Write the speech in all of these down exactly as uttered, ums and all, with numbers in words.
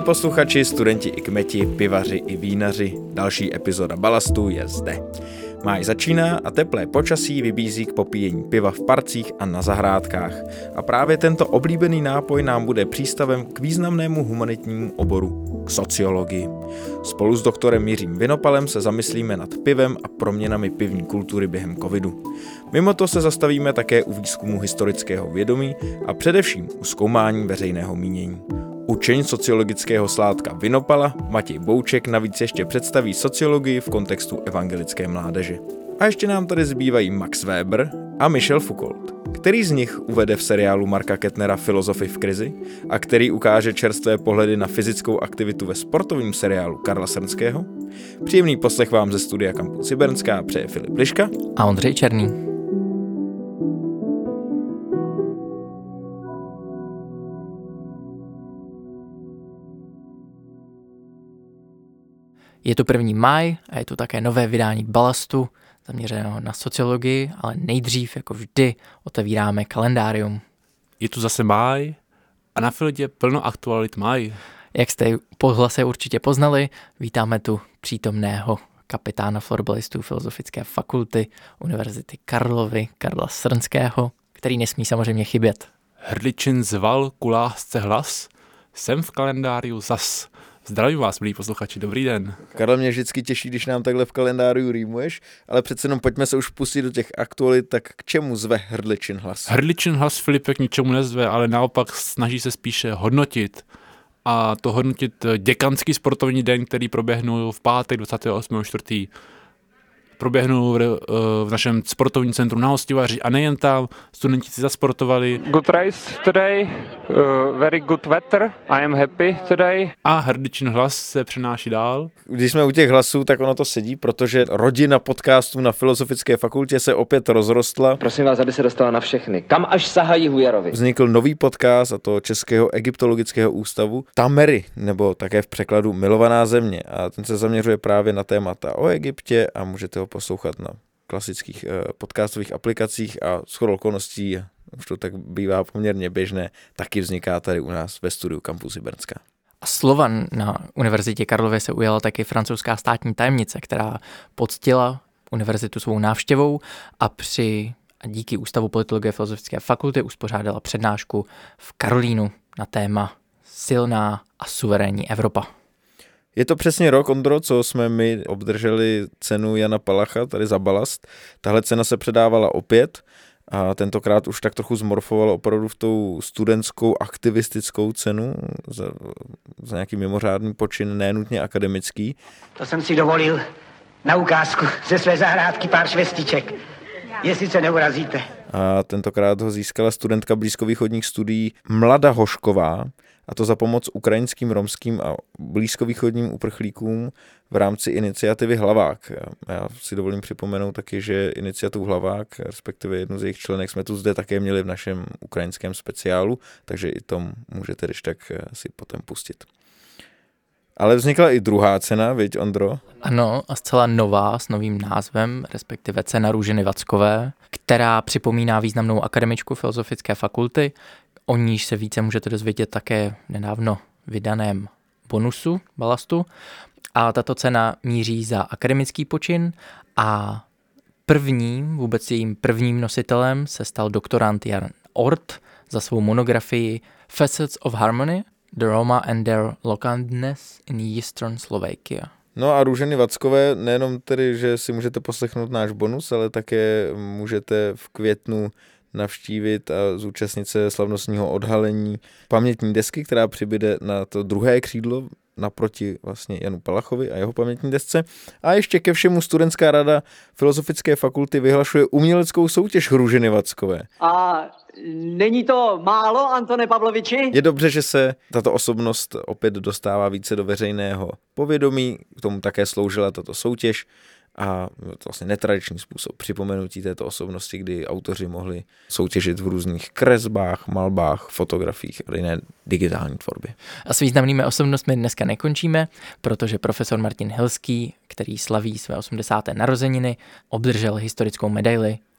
posluchači, studenti i kmeti, pivaři i vínaři, další epizoda Balastu je zde. Máj začíná a teplé počasí vybízí k popíjení piva v parcích a na zahrádkách. A právě tento oblíbený nápoj nám bude přístavem k významnému humanitnímu oboru, k sociologii. Spolu s doktorem Jiřím Vinopalem se zamyslíme nad pivem a proměnami pivní kultury během covidu. Mimo to se zastavíme také u výzkumu historického vědomí a především u zkoumání veřejného mínění. Učeň sociologického sládka Vinopala Matěj Bouček navíc ještě představí sociologii v kontextu evangelické mládeže. A ještě nám tady zbývají Max Weber a Michel Foucault. Který z nich uvede v seriálu Marka Kettnera Filozofy v krizi a který ukáže čerstvé pohledy na fyzickou aktivitu ve sportovním seriálu Karla Srnského? Příjemný poslech vám ze studia Campus Hybernská přeje Filip Liška a Ondřej Černý. Je to první máj a je to také nové vydání Balastu, zaměřeného na sociologii, ale nejdřív, jako vždy, otevíráme kalendárium. Je tu zase máj a na Fildě plno aktualit máj. Jak jste po hlase určitě poznali, vítáme tu přítomného kapitána florbalistů Filozofické fakulty Univerzity Karlovy, Karla Srnského, který nesmí samozřejmě chybět. Hrdličin zval ku lásce hlas, jsem v kalendáriu zas. Zdravím vás, milí posluchači, dobrý den. Karel, mě vždycky těší, když nám takhle v kalendáriu rýmuješ, ale přece jenom pojďme se už pustit do těch aktualit, tak k čemu zve Hrdličin hlas? Hrdličin hlas Filip k ničemu nezve, ale naopak snaží se spíše hodnotit. A to hodnotit děkanský sportovní den, který proběhnul v pátek dvacátého osmého čtvrtého Proběhnul v, v našem sportovním centru na Hostivaři a nejen tam, studenti si zasportovali. Good race today, uh, very good weather, I am happy today. A Hrdličin hlas se přenáší dál. Když jsme u těch hlasů, tak ono to sedí, protože rodina podcastů na Filozofické fakultě se opět rozrostla. Prosím vás, aby se dostala na všechny. Kam až sahají hujarovi. Vznikl nový podcast, a to Českého egyptologického ústavu Tamery, nebo také v překladu Milovaná země. A ten se zaměřuje právě na témata o Egyptě a můžete ho poslouchat na klasických eh, podcastových aplikacích a shodou okolností, už to tak bývá poměrně běžné, taky vzniká tady u nás ve studiu Campus Hybernská. A slova na Univerzitě Karlově se ujala taky francouzská státní tajemnice, která poctila univerzitu svou návštěvou a při a díky Ústavu politologie Filozofické fakulty uspořádala přednášku v Karlínu na téma Silná a suverénní Evropa. Je to přesně rok, Ondro, co jsme my obdrželi cenu Jana Palacha tady za Balast. Tahle cena se předávala opět a tentokrát už tak trochu zmorfovala opravdu v tou studentskou aktivistickou cenu za, za nějaký mimořádný počin, nenutně akademický. To jsem si dovolil na ukázku ze své zahrádky pár švestiček, jestli se neurazíte. A tentokrát ho získala studentka blízkovýchodních studií Mlada Hošková, a to za pomoc ukrajinským, romským a blízkovýchodním uprchlíkům v rámci iniciativy Hlavák. Já si dovolím připomenout taky, že iniciativu Hlavák, respektive jednu z jejich členek, jsme tu zde také měli v našem ukrajinském speciálu, takže i tom můžete když tak si potom pustit. Ale vznikla i druhá cena, viď, Ondro? Ano, a zcela nová, s novým názvem, respektive cena Růženy Vackové, která připomíná významnou akademičku Filozofické fakulty, o níž se více můžete dozvědět také nedávno vydaném bonusu Balastu. A tato cena míří za akademický počin a prvním, vůbec jejím prvním nositelem se stal doktorant Jan Ort za svou monografii Facets of Harmony, The Roma and Their Localness in Eastern Slovakia. No a Růženy Vackové, nejenom tedy, že si můžete poslechnout náš bonus, ale také můžete v květnu navštívit a zúčastnit se slavnostního odhalení pamětní desky, která přibyde na to druhé křídlo naproti vlastně Janu Palachovi a jeho pamětní desce. A ještě ke všemu studentská rada Filozofické fakulty vyhlašuje uměleckou soutěž Růženy Vackové. A není to málo, Antone Pavloviči? Je dobře, že se tato osobnost opět dostává více do veřejného povědomí, k tomu také sloužila tato soutěž. A to vlastně netradiční způsob připomenutí této osobnosti, kdy autoři mohli soutěžit v různých kresbách, malbách, fotografiích a jiné digitální tvorbě. A s významnými osobnostmi dneska nekončíme, protože profesor Martin Hilský, který slaví své osmdesáté narozeniny, obdržel historickou medaili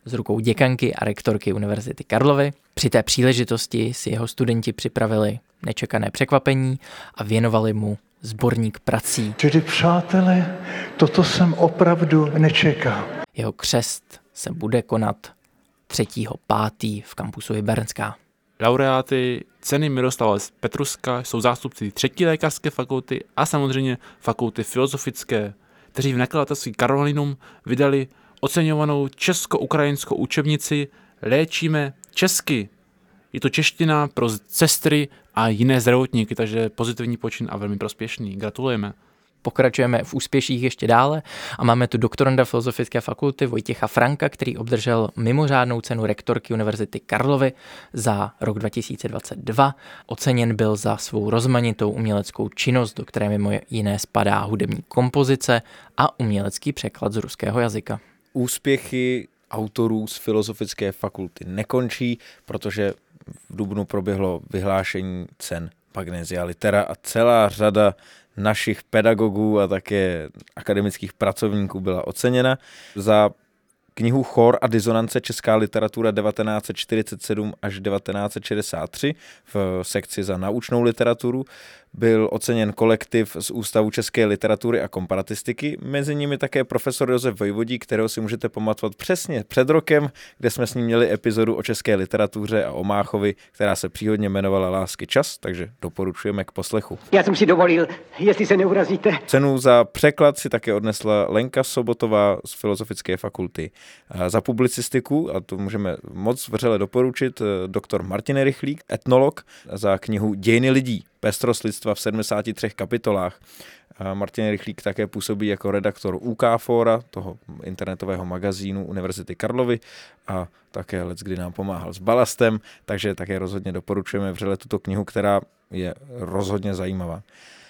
z rukou děkanky a rektorky Univerzity Karlovy. Při té příležitosti si jeho studenti připravili nečekané překvapení a věnovali mu sborník prací. Tedy přátelé, toto jsem opravdu nečekal. Jeho křest se bude konat třetího pátého v kampusu Hybernská. Laureáty ceny Miroslava Petruska jsou zástupci třetí lékařské fakulty a samozřejmě fakulty filozofické, kteří v nakladatelství Karolinum vydali oceňovanou česko-ukrajinskou učebnici Léčíme česky. Je to čeština pro sestry a jiné zdravotníky, takže pozitivní počin a velmi prospěšný. Gratulujeme. Pokračujeme v úspěších ještě dále a máme tu doktoranda Filozofické fakulty Vojtěcha Franka, který obdržel mimořádnou cenu rektorky Univerzity Karlovy za rok dva tisíce dvacet dva. Oceněn byl za svou rozmanitou uměleckou činnost, do které mimo jiné spadá hudební kompozice a umělecký překlad z ruského jazyka. Úspěchy autorů z Filozofické fakulty nekončí, protože v dubnu proběhlo vyhlášení cen Magnesia Litera a celá řada našich pedagogů a také akademických pracovníků byla oceněna. Za knihu Chor a disonance Česká literatura devatenáct set čtyřicet sedm až devatenáct set šedesát tři v sekci za naučnou literaturu byl oceněn kolektiv z Ústavu české literatury a komparatistiky, mezi nimi také profesor Josef Vojvodík, kterého si můžete pamatovat přesně před rokem, kde jsme s ním měli epizodu o české literatuře a o Máchovi, která se příhodně jmenovala Lásky čas, takže doporučujeme k poslechu. Já jsem si dovolil, jestli se neurazíte. Cenu za překlad si také odnesla Lenka Sobotová z Filozofické fakulty. Za publicistiku, a to můžeme moc vřele doporučit, doktor Martin Rychlík, etnolog, za knihu Dějiny lidí, pestrost lidstva v sedmdesáti třech kapitolách. Martin Rychlík také působí jako redaktor U K Fora, toho internetového magazínu Univerzity Karlovy, a také leckdy nám pomáhal s balastem, takže také rozhodně doporučujeme vřele tuto knihu, která je rozhodně zajímavá.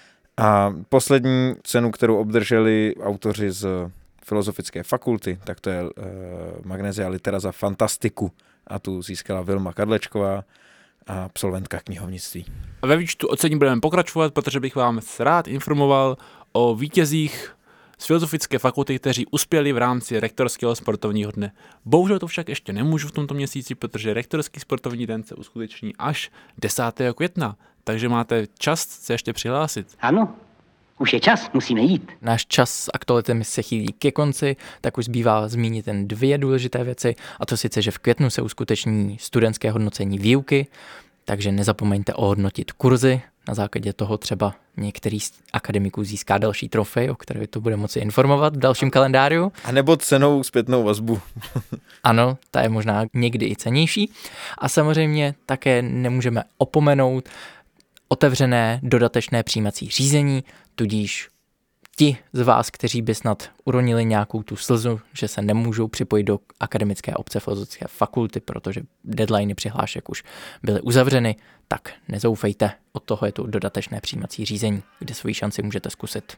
A poslední cenu, kterou obdrželi autoři z Filozofické fakulty, tak to je uh, Magnesia Litera za fantastiku, a tu získala Vilma Kadlečková, a absolventka knihovnictví. A ve výčtu ocení budeme pokračovat, protože bych vám rád informoval o vítězích z Filozofické fakulty, kteří uspěli v rámci rektorského sportovního dne. Bohužel to však ještě nemůžu v tomto měsíci, protože rektorský sportovní den se uskuteční až desátého května, takže máte čas se ještě přihlásit. Ano, už je čas, musíme jít. Náš čas s aktualitami se chýlí ke konci, tak už zbývá zmínit jen dvě důležité věci, a to sice, že v květnu se uskuteční studentské hodnocení výuky, takže nezapomeňte ohodnotit kurzy. Na základě toho třeba některý z akademiků získá další trofej, o které to bude moci informovat v dalším kalendáriu. A nebo cenou zpětnou vazbu. Ano, ta je možná někdy i cennější. A samozřejmě také nemůžeme opomenout otevřené dodatečné přijímací řízení, tudíž ti z vás, kteří by snad uronili nějakou tu slzu, že se nemůžou připojit do akademické obce Filozofické fakulty, protože deadliny přihlášek už byly uzavřeny, tak nezoufejte, od toho je tu dodatečné přijímací řízení, kde svoji šanci můžete zkusit.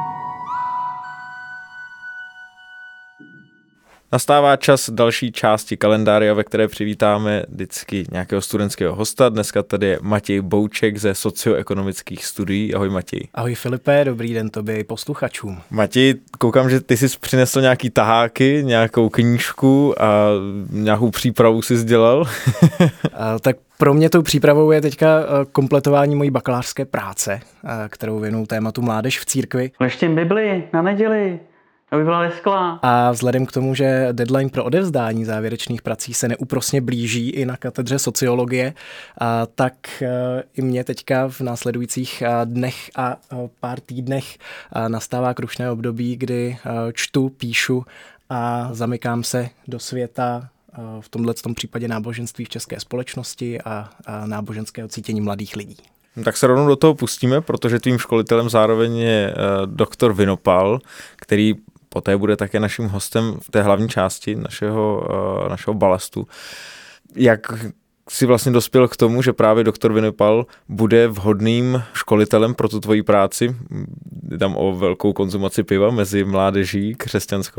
Nastává čas další části kalendária, ve které přivítáme vždycky nějakého studentského hosta. Dneska tady je Matěj Bouček ze socioekonomických studií. Ahoj Matěj. Ahoj Filipe, dobrý den tobě i posluchačům. Matěj, koukám, že ty jsi přinesl nějaký taháky, nějakou knížku a nějakou přípravu jsi dělal. a, tak pro mě tou přípravou je teďka kompletování mojí bakalářské práce, kterou věnuju tématu mládež v církvi. Leštím Bibli na neděli. Aby byla lesklá. A vzhledem k tomu, že deadline pro odevzdání závěrečných prací se neúprosně blíží i na katedře sociologie, a tak i mě teďka v následujících dnech a pár týdnech nastává krušné období, kdy čtu, píšu a zamykám se do světa v tomhletom případě náboženství v české společnosti a náboženského cítění mladých lidí. Tak se rovnou do toho pustíme, protože tvým školitelem zároveň je doktor Vinopal, který poté bude také naším hostem v té hlavní části našeho, našeho balastu. Jak jsi vlastně dospěl k tomu, že právě doktor Vinopal bude vhodným školitelem pro tu tvoji práci? Tam o velkou konzumaci piva mezi mládeží křesťanskou.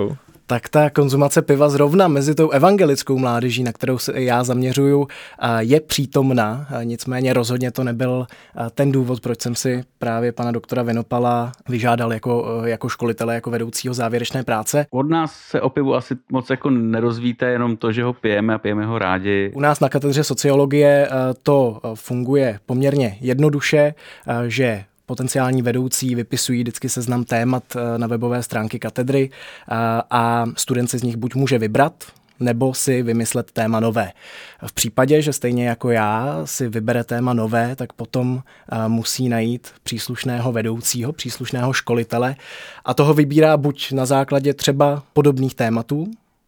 Tak ta konzumace piva zrovna mezi tou evangelickou mládeží, na kterou se já zaměřuju, je přítomna. Nicméně rozhodně to nebyl ten důvod, proč jsem si právě pana doktora Vinopala vyžádal jako, jako školitele, jako vedoucího závěrečné práce. Od nás se o pivu asi moc jako nerozvíte, jenom to, že ho pijeme a pijeme ho rádi. U nás na katedře sociologie to funguje poměrně jednoduše, že potenciální vedoucí vypisují vždycky seznam témat na webové stránky katedry a student si z nich buď může vybrat, nebo si vymyslet téma nové. V případě, že stejně jako já si vybere téma nové, tak potom musí najít příslušného vedoucího, příslušného školitele a toho vybírá buď na základě třeba podobných tématů,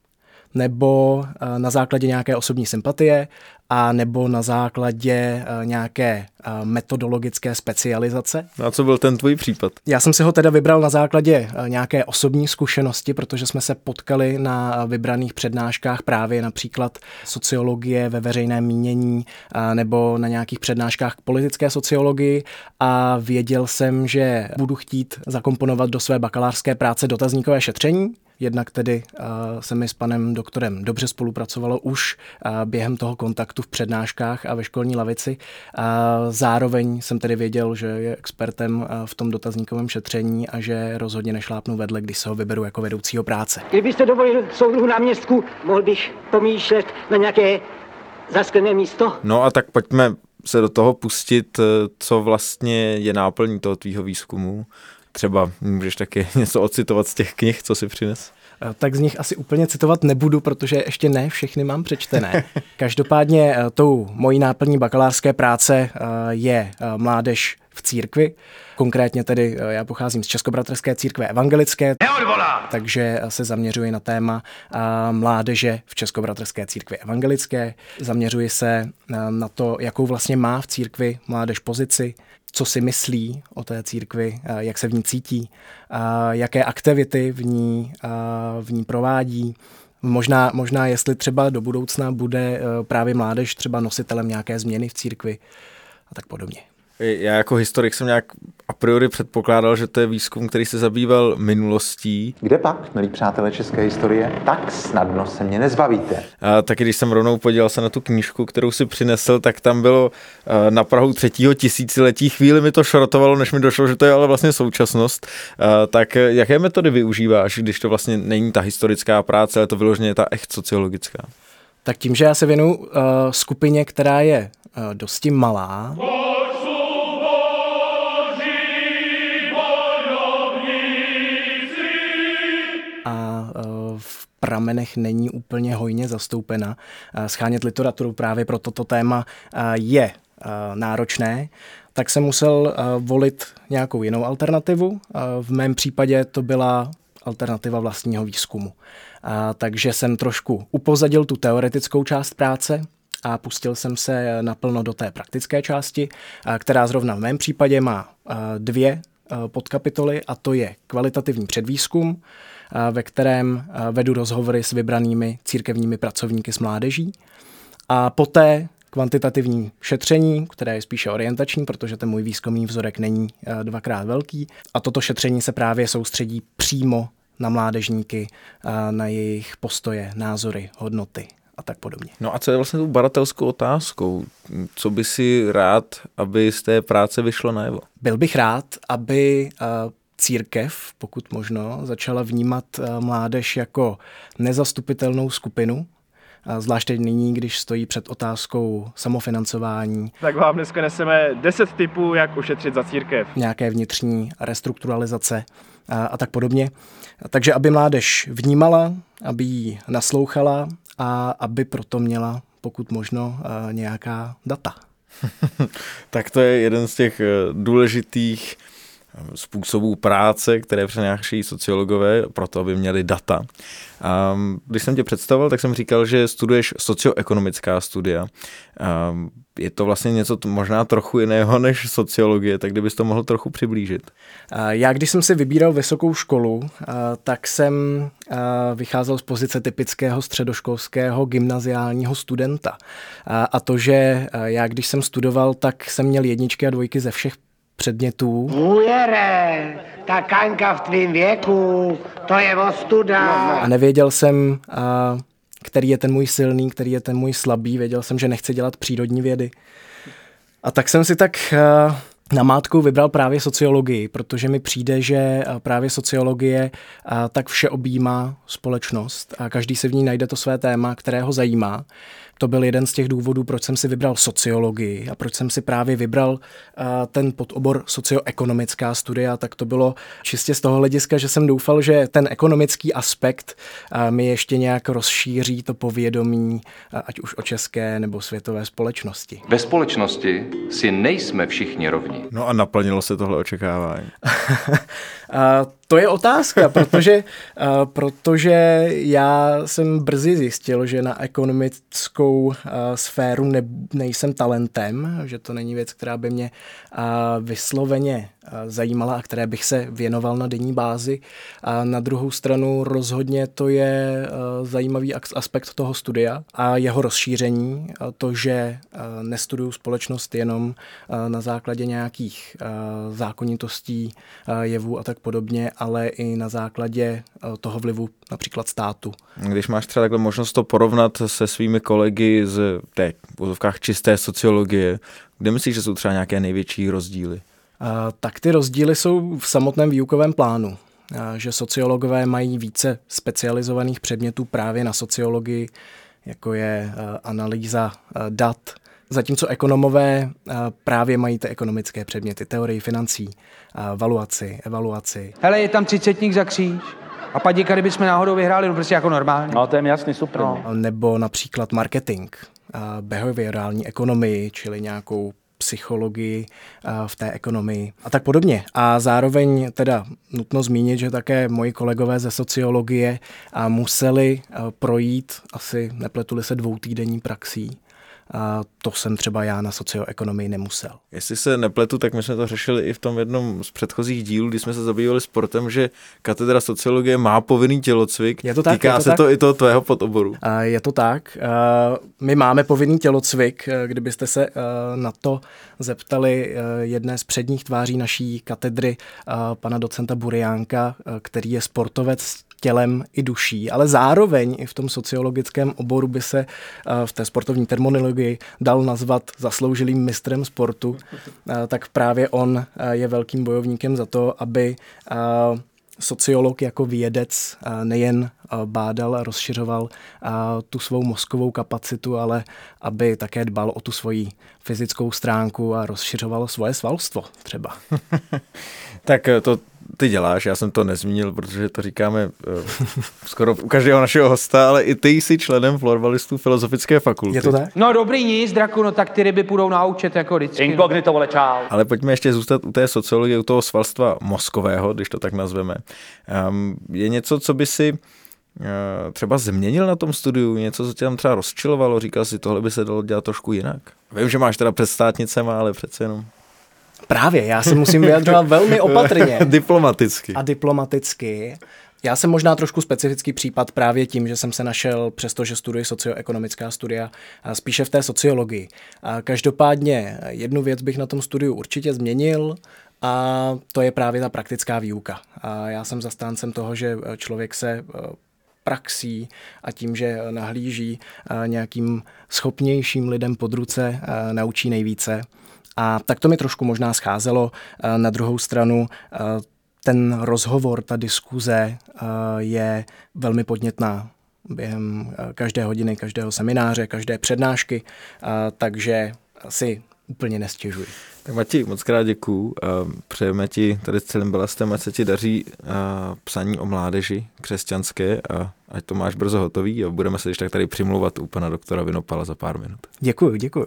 nebo na základě nějaké osobní sympatie, a nebo na základě nějaké metodologické specializace. A co byl ten tvůj případ? Já jsem si ho teda vybral na základě nějaké osobní zkušenosti, protože jsme se potkali na vybraných přednáškách právě například sociologie ve veřejném mínění nebo na nějakých přednáškách k politické sociologii a věděl jsem, že budu chtít zakomponovat do své bakalářské práce dotazníkové šetření. Jednak tedy uh, se mi s panem doktorem dobře spolupracovalo už uh, během toho kontaktu v přednáškách a ve školní lavici. Uh, zároveň jsem tedy věděl, že je expertem uh, v tom dotazníkovém šetření a že rozhodně nešlápnu vedle, když se ho vyberu jako vedoucího práce. Kdybyste dovolil soudruhu náměstku, mohl bych pomýšlet na nějaké zasklené místo? No a tak pojďme se do toho pustit, co vlastně je náplní toho tvýho výzkumu. Třeba můžeš taky něco ocitovat z těch knih, co si přines? Tak z nich asi úplně citovat nebudu, protože ještě ne všechny mám přečtené. Každopádně tou mojí náplní bakalářské práce je mládež v církvi. Konkrétně tedy já pocházím z Českobratrské církve evangelické, takže se zaměřuji na téma mládeže v Českobratrské církvi evangelické. Zaměřuji se na to, jakou vlastně má v církvi mládež pozici, co si myslí o té církvi, jak se v ní cítí, jaké aktivity v ní, v ní provádí. Možná, možná, jestli třeba do budoucna bude právě mládež třeba nositelem nějaké změny v církvi a tak podobně. Já jako historik jsem nějak a priori předpokládal, že to je výzkum, který se zabýval minulostí. Kde pak, milí přátelé české historie, tak snadno se mě nezbavíte. A taky když jsem rovnou podíval se na tu knížku, kterou si přinesl, tak tam bylo na prahu třetího tisíciletí. Chvíli mi to šrotovalo, než mi došlo, že to je ale vlastně současnost. A tak jaké metody využíváš, když to vlastně není ta historická práce, ale to vyloženě ta echt sociologická? Tak tím, že já se věnuju uh, skupině, která je uh, dosti malá, a v pramenech není úplně hojně zastoupena. Schánět literaturu právě pro toto téma je náročné, tak jsem musel volit nějakou jinou alternativu. V mém případě to byla alternativa vlastního výzkumu. Takže jsem trošku upozadil tu teoretickou část práce a pustil jsem se naplno do té praktické části, která zrovna v mém případě má dvě podkapitoly, a to je kvalitativní předvýzkum, ve kterém vedu rozhovory s vybranými církevními pracovníky s mládeží, a poté kvantitativní šetření, které je spíše orientační, protože ten můj výzkumný vzorek není dvakrát velký, a toto šetření se právě soustředí přímo na mládežníky, na jejich postoje, názory, hodnoty a tak podobně. No a co je vlastně tou badatelskou otázkou? Co by si rád, aby z té práce vyšlo najevo? Byl bych rád, aby církev, pokud možno, začala vnímat mládež jako nezastupitelnou skupinu, zvláště nyní, když stojí před otázkou samofinancování. Tak vám dneska neseme deset tipů, jak ušetřit za církev. Nějaké vnitřní restrukturalizace a, a tak podobně. Takže aby mládež vnímala, aby jí naslouchala a aby proto měla, pokud možno, nějaká data. Tak to je jeden z těch důležitých způsobů práce, které přenášejí sociologové, proto aby měli data. A když jsem tě představoval, tak jsem říkal, že studuješ socioekonomická studia. A je to vlastně něco možná trochu jiného než sociologie, tak kdybys to mohl trochu přiblížit. Já, když jsem si vybíral vysokou školu, tak jsem vycházel z pozice typického středoškolského gymnaziálního studenta. A to, že já, když jsem studoval, tak jsem měl jedničky a dvojky ze všech předmětů. Hujere, ta kaňka v tvým věku, to je ostuda. A nevěděl jsem, a, který je ten můj silný, který je ten můj slabý. Věděl jsem, že nechci dělat přírodní vědy. A tak jsem si tak a, namátkou vybral právě sociologii, protože mi přijde, že právě sociologie a, tak vše objímá společnost a každý se v ní najde to své téma, které ho zajímá. To byl jeden z těch důvodů, proč jsem si vybral sociologii a proč jsem si právě vybral uh, ten podobor socioekonomická studia, tak to bylo čistě z toho hlediska, že jsem doufal, že ten ekonomický aspekt uh, mi ještě nějak rozšíří to povědomí, uh, ať už o české nebo světové společnosti. Ve společnosti si nejsme všichni rovní. No a naplnilo se tohle očekávání. Uh, to je otázka, protože, uh, protože já jsem brzy zjistil, že na ekonomickou uh, sféru ne, nejsem talentem, že to není věc, která by mě uh, vysloveně uh, zajímala a které bych se věnoval na denní bázi. A na druhou stranu rozhodně to je uh, zajímavý aspekt toho studia a jeho rozšíření, uh, to, že uh, nestuduju společnost jenom uh, na základě nějakých uh, zákonitostí, uh, jevů a tak podobně, ale i na základě toho vlivu například státu. Když máš třeba takhle možnost to porovnat se svými kolegy z té v uvozovkách čisté sociologie, kde myslíš, že jsou třeba nějaké největší rozdíly? A, tak ty rozdíly jsou v samotném výukovém plánu. A, že sociologové mají více specializovaných předmětů právě na sociologii, jako je a, analýza a, dat, zatímco ekonomové právě mají ty ekonomické předměty, teorii financí, valuaci, evaluaci. Hele, je tam třicetník za kříž. A padíka, kdybychom náhodou vyhráli, no prostě jako normálně. No, to je jasný, super. No. Nebo například marketing, behaviorální ekonomii, čili nějakou psychologii v té ekonomii a tak podobně. A zároveň teda nutno zmínit, že také moji kolegové ze sociologie museli projít asi, nepletuli se, dvoutýdenní praxí. A to jsem třeba já na socioekonomii nemusel. Jestli se nepletu, tak my jsme to řešili i v tom jednom z předchozích dílů, kdy jsme se zabývali sportem, že katedra sociologie má povinný tělocvik. Je to tak, Týká je to se tak? to i toho tvého podoboru. A je to tak. My máme povinný tělocvik. Kdybyste se na to zeptali jedné z předních tváří naší katedry, pana docenta Buriánka, který je sportovec tělem i duší, ale zároveň i v tom sociologickém oboru by se v té sportovní terminologii dal nazvat zasloužilým mistrem sportu, tak právě on je velkým bojovníkem za to, aby sociolog jako vědec nejen bádal a rozšiřoval tu svou mozkovou kapacitu, ale aby také dbal o tu svoji fyzickou stránku a rozšiřoval svoje svalstvo třeba. Tak to ty děláš, já jsem to nezmínil, protože to říkáme uh, skoro u každého našeho hosta, ale i ty jsi členem florbalistů Filozofické fakulty. Je to tak? No dobrý nic, Draku, no tak ty ryby půjdou na účet jako vždycky. Inkognito, vole, čau. Ale pojďme ještě zůstat u té sociologie, u toho svalstva mozkového, když to tak nazveme. Um, je něco, co by si uh, třeba změnil na tom studiu, něco, co tě tam třeba rozčilovalo, říkal si, tohle by se dalo dělat trošku jinak? Vím, že máš teda před státnicema, ale přece jenom. Právě, já se musím vyjadřovat velmi opatrně. Diplomaticky. A diplomaticky. Já jsem možná trošku specifický případ právě tím, že jsem se našel, přestože studuji socioekonomická studia, spíše v té sociologii. A každopádně jednu věc bych na tom studiu určitě změnil, a to je právě ta praktická výuka. A já jsem zastáncem toho, že člověk se praxí a tím, že nahlíží nějakým schopnějším lidem pod ruce, naučí nejvíce. A tak to mi trošku možná scházelo. Na druhou stranu ten rozhovor, ta diskuze je velmi podnětná během každé hodiny, každého semináře, každé přednášky, takže si úplně nestěžuji. Tak Mati, moc krát děkuju. Přejeme ti tady s celým balastem, ať se ti daří psaní o mládeži křesťanské a ať to máš brzo hotový a budeme se když tak tady přimlouvat u pana doktora Vinopala za pár minut. Děkuju, děkuju.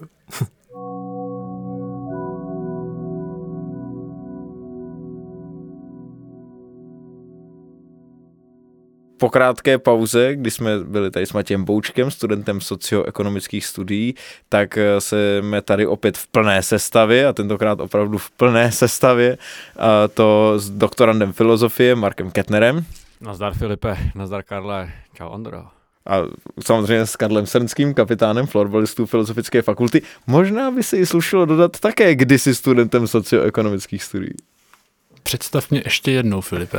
Po krátké pauze, kdy jsme byli tady s Matějem Boučkem, studentem socioekonomických studií, tak jsme tady opět v plné sestavě a tentokrát opravdu v plné sestavě, a to s doktorandem filozofie Markem Kettnerem. Nazdar Filipe, nazdar Karle, čau Ondro. a samozřejmě s Karlem Srnským, kapitánem florbalistů Filozofické fakulty. Možná by se i slušilo dodat také kdysi studentem socioekonomických studií. Představ mě ještě jednou, Filipe.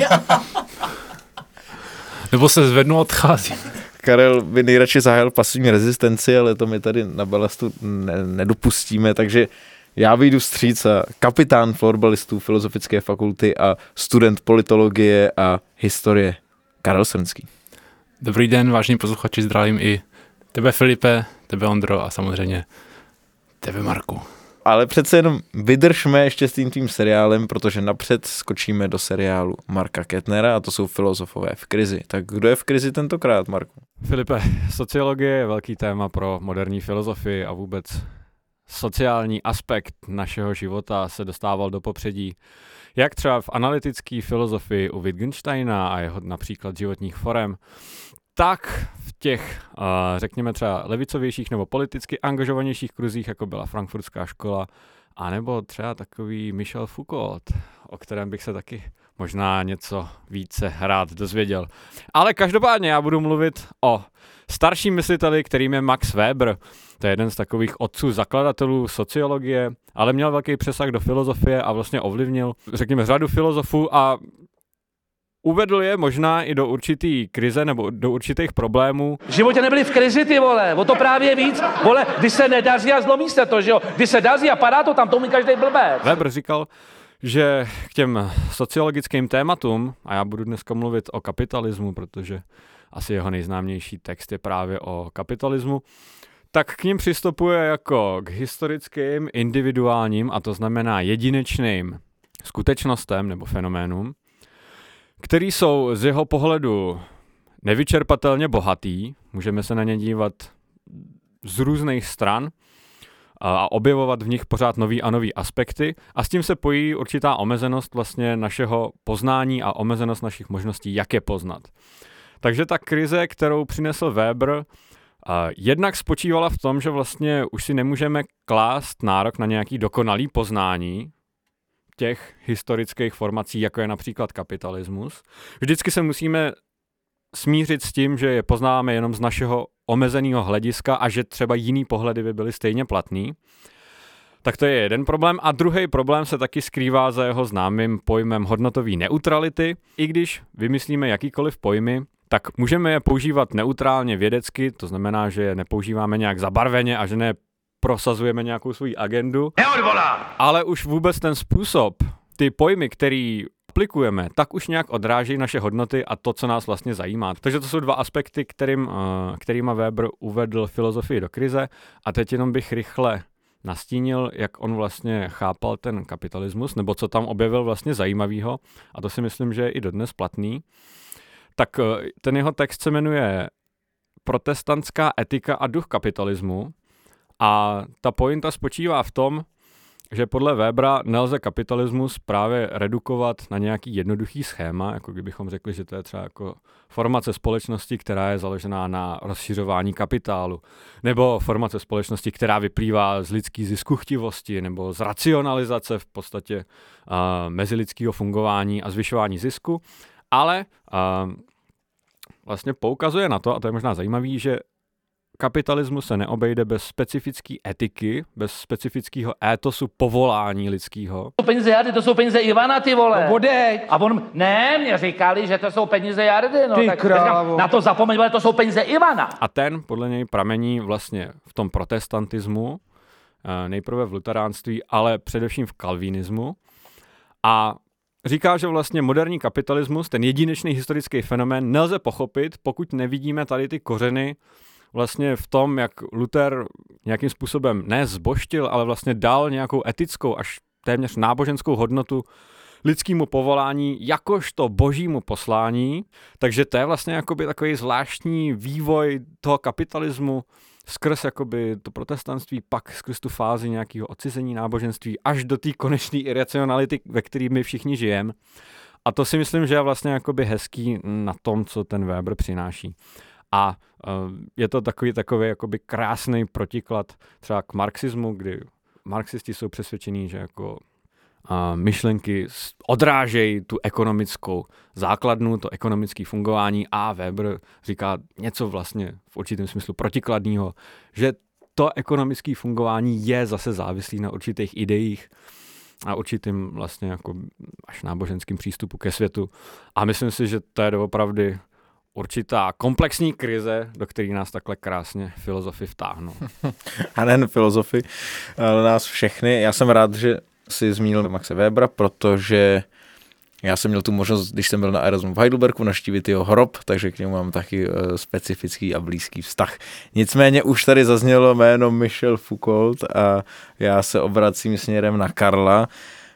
Nebo se zvednu a odcházím. Karel by nejradši zahájil pasivní rezistenci, ale to my tady na Balastu ne- nedopustíme, takže já vyjdu vstříc a kapitán florbalistů Filozofické fakulty a student politologie a historie Karel Srnský. Dobrý den, vážení posluchači, zdravím i tebe, Filipe, tebe, Ondro, a samozřejmě tebe, Marku. Ale přece jenom vydržme ještě s tím tím seriálem, protože napřed skočíme do seriálu Marka Kettnera a to jsou filozofové v krizi. Tak kdo je v krizi tentokrát, Marku? Filipe, sociologie je velký téma pro moderní filozofii a vůbec sociální aspekt našeho života se dostával do popředí. Jak třeba v analytické filozofii u Wittgensteina a jeho například životních forem, tak v těch, řekněme třeba levicovějších nebo politicky angažovanějších kruzích, jako byla frankfurtská škola, anebo třeba takový Michel Foucault, o kterém bych se taky možná něco více rád dozvěděl. Ale každopádně já budu mluvit o starším mysliteli, kterým je Max Weber. To je jeden z takových otců zakladatelů sociologie, ale měl velký přesah do filozofie a vlastně ovlivnil, řekněme, řadu filozofů a uvedl je možná i do určitý krize nebo do určitých problémů. V životě nebyli v krizi, ty vole, o to právě víc, vole, když se nedaří a zlomí se to, že jo, když se daří a padá to tam, to umí každej blbec. Weber říkal, že k těm sociologickým tématům, a já budu dneska mluvit o kapitalismu, protože asi jeho nejznámější text je právě o kapitalismu, tak k ním přistupuje jako k historickým, individuálním, a to znamená jedinečným skutečnostem nebo fenoménům, který jsou z jeho pohledu nevyčerpatelně bohatý, můžeme se na ně dívat z různých stran a objevovat v nich pořád nový a nový aspekty a s tím se pojí určitá omezenost vlastně našeho poznání a omezenost našich možností, jak je poznat. Takže ta krize, kterou přinesl Weber, jednak spočívala v tom, že vlastně už si nemůžeme klást nárok na nějaký dokonalý poznání těch historických formací, jako je například kapitalismus. Vždycky se musíme smířit s tím, že je poznáváme jenom z našeho omezeného hlediska a že třeba jiný pohledy by byly stejně platný. Tak to je jeden problém. A druhý problém se taky skrývá za jeho známým pojmem hodnotové neutrality. I když vymyslíme jakýkoliv pojmy, tak můžeme je používat neutrálně vědecky, to znamená, že je nepoužíváme nějak zabarveně a že ne prosazujeme nějakou svoji agendu. Neodvolá! Ale už vůbec ten způsob, ty pojmy, který aplikujeme, tak už nějak odráží naše hodnoty a to, co nás vlastně zajímá. Takže to jsou dva aspekty, kterým, kterýma Weber uvedl filozofii do krize a teď jenom bych rychle nastínil, jak on vlastně chápal ten kapitalismus, nebo co tam objevil vlastně zajímavého, a to si myslím, že je i dodnes platný. Tak ten jeho text se jmenuje Protestantská etika a duch kapitalismu a ta pointa spočívá v tom, že podle Webera nelze kapitalismus právě redukovat na nějaký jednoduchý schéma, jako kdybychom řekli, že to je třeba jako formace společnosti, která je založená na rozšiřování kapitálu, nebo formace společnosti, která vyplývá z lidský ziskuchtivosti, nebo z racionalizace v podstatě uh, mezilidského fungování a zvyšování zisku, ale uh, vlastně poukazuje na to, a to je možná zajímavý, že kapitalismus se neobejde bez specifické etiky, bez specifického étosu povolání lidského. To jsou peníze Jardy, to jsou peníze Ivana, ty vole. No bodej. A on, ne, mě říkali, že to jsou peníze Jardy, no. Ty tak říkám, na to zapomeň, ale to jsou peníze Ivana. A ten podle něj pramení vlastně v tom protestantismu, nejprve v luteránství, ale především v kalvinismu. A říká, že vlastně moderní kapitalismus, ten jedinečný historický fenomén, nelze pochopit, pokud nevidíme tady ty kořeny vlastně v tom, jak Luther nějakým způsobem ne zbožtil, ale vlastně dal nějakou etickou až téměř náboženskou hodnotu lidskému povolání jakožto božímu poslání. Takže to je vlastně jakoby takový zvláštní vývoj toho kapitalismu skrz jakoby to protestantství, pak skrz tu fázi nějakého odcizení náboženství až do té konečné iracionality, ve které my všichni žijeme. A to si myslím, že je vlastně jakoby hezký na tom, co ten Weber přináší. A uh, je to takový, takový jakoby krásný protiklad třeba k marxismu, kdy marxisti jsou přesvědčení, že jako a myšlenky odrážejí tu ekonomickou základnu, to ekonomické fungování a Weber říká něco vlastně v určitém smyslu protikladného, že to ekonomické fungování je zase závislý na určitých ideích a určitým vlastně jako až náboženským přístupu ke světu. A myslím si, že to je doopravdy určitá komplexní krize, do které nás takhle krásně filozofy vtáhnou. A nejen filozofy, ale nás všechny. Já jsem rád, že si zmínil Maxe Webera, protože já jsem měl tu možnost, když jsem byl na Erasmu v Heidelbergu, navštívit jeho hrob, takže k němu mám taky specifický a blízký vztah. Nicméně už tady zaznělo jméno Michel Foucault a já se obracím směrem na Karla,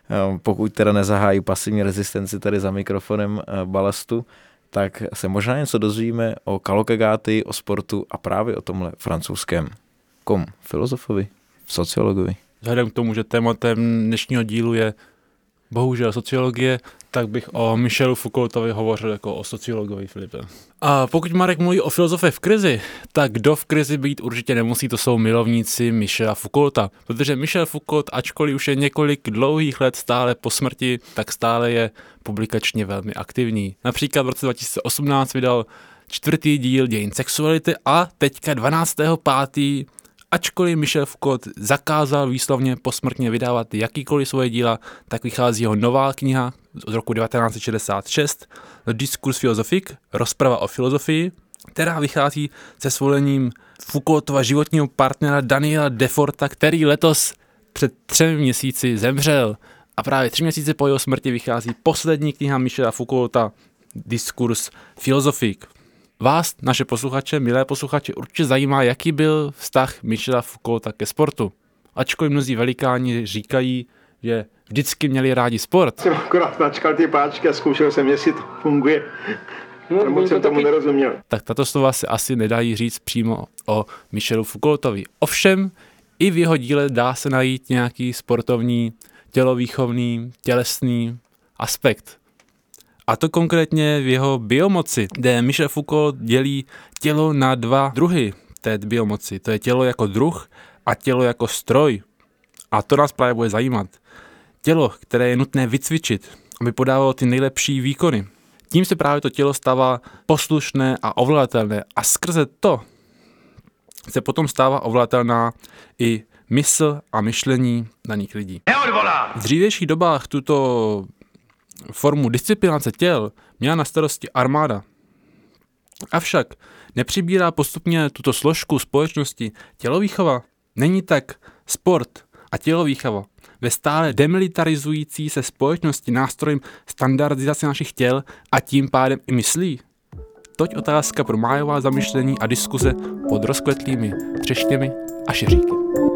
pokud teda nezahájí pasivní rezistenci tady za mikrofonem Balastu, tak se možná něco dozvíme o Kalokagáty, o sportu a právě o tomhle francouzském kom filozofovi, sociologovi. Vzhledem k tomu, že tématem dnešního dílu je bohužel sociologie, tak bych o Michelu Foucaultovi hovořil jako o sociologovi, Filipe. A pokud Marek mluví o filozofii v krizi, tak kdo v krizi být určitě nemusí, to jsou milovníci Michela Foucaulta. Protože Michel Foucault, ačkoliv už je několik dlouhých let stále po smrti, tak stále je publikačně velmi aktivní. Například v roce dva tisíce osmnáct vydal čtvrtý díl Dějin sexuality a teďka dvanáctého pátého Ačkoliv Michel Foucault zakázal výslovně posmrtně vydávat jakýkoliv svoje díla, tak vychází jeho nová kniha z roku devatenáct set šedesát šest, Le Discours philosophique, rozprava o filozofii, která vychází se svolením Foucaultova životního partnera Daniela Deforta, který letos před třemi měsíci zemřel. A právě tři měsíce po jeho smrti vychází poslední kniha Michela Foucaulta, Discours philosophique. Vás, naše posluchače, milé posluchače, určitě zajímá, jaký byl vztah Michela Foucaulta ke sportu. Ačkoliv mnozí velikáni říkají, že vždycky měli rádi sport. Jsem akorát načkal ty páčky a zkoušel jsem, jestli to funguje. No, moc jsem tomu nerozuměl. Tak tato slova se asi nedají říct přímo o Michelu Foucaultovi. Ovšem, i v jeho díle dá se najít nějaký sportovní, tělovýchovný, tělesný aspekt. A to konkrétně v jeho biomoci, kde Michel Foucault dělí tělo na dva druhy té biomoci. To je tělo jako druh a tělo jako stroj. A to nás právě bude zajímat. Tělo, které je nutné vycvičit, aby podávalo ty nejlepší výkony. Tím se právě to tělo stává poslušné a ovladatelné. A skrze to se potom stává ovladatelná i mysl a myšlení daných lidí. V dřívějších dobách tuto formu disciplinace těl měla na starosti armáda. Avšak nepřibírá postupně tuto složku společnosti tělovýchova. Není tak sport a tělovýchova ve stále demilitarizující se společnosti nástrojem standardizace našich těl a tím pádem i myslí? Toť otázka pro májová zamyšlení a diskuze pod rozkvetlými třešněmi a šeříky.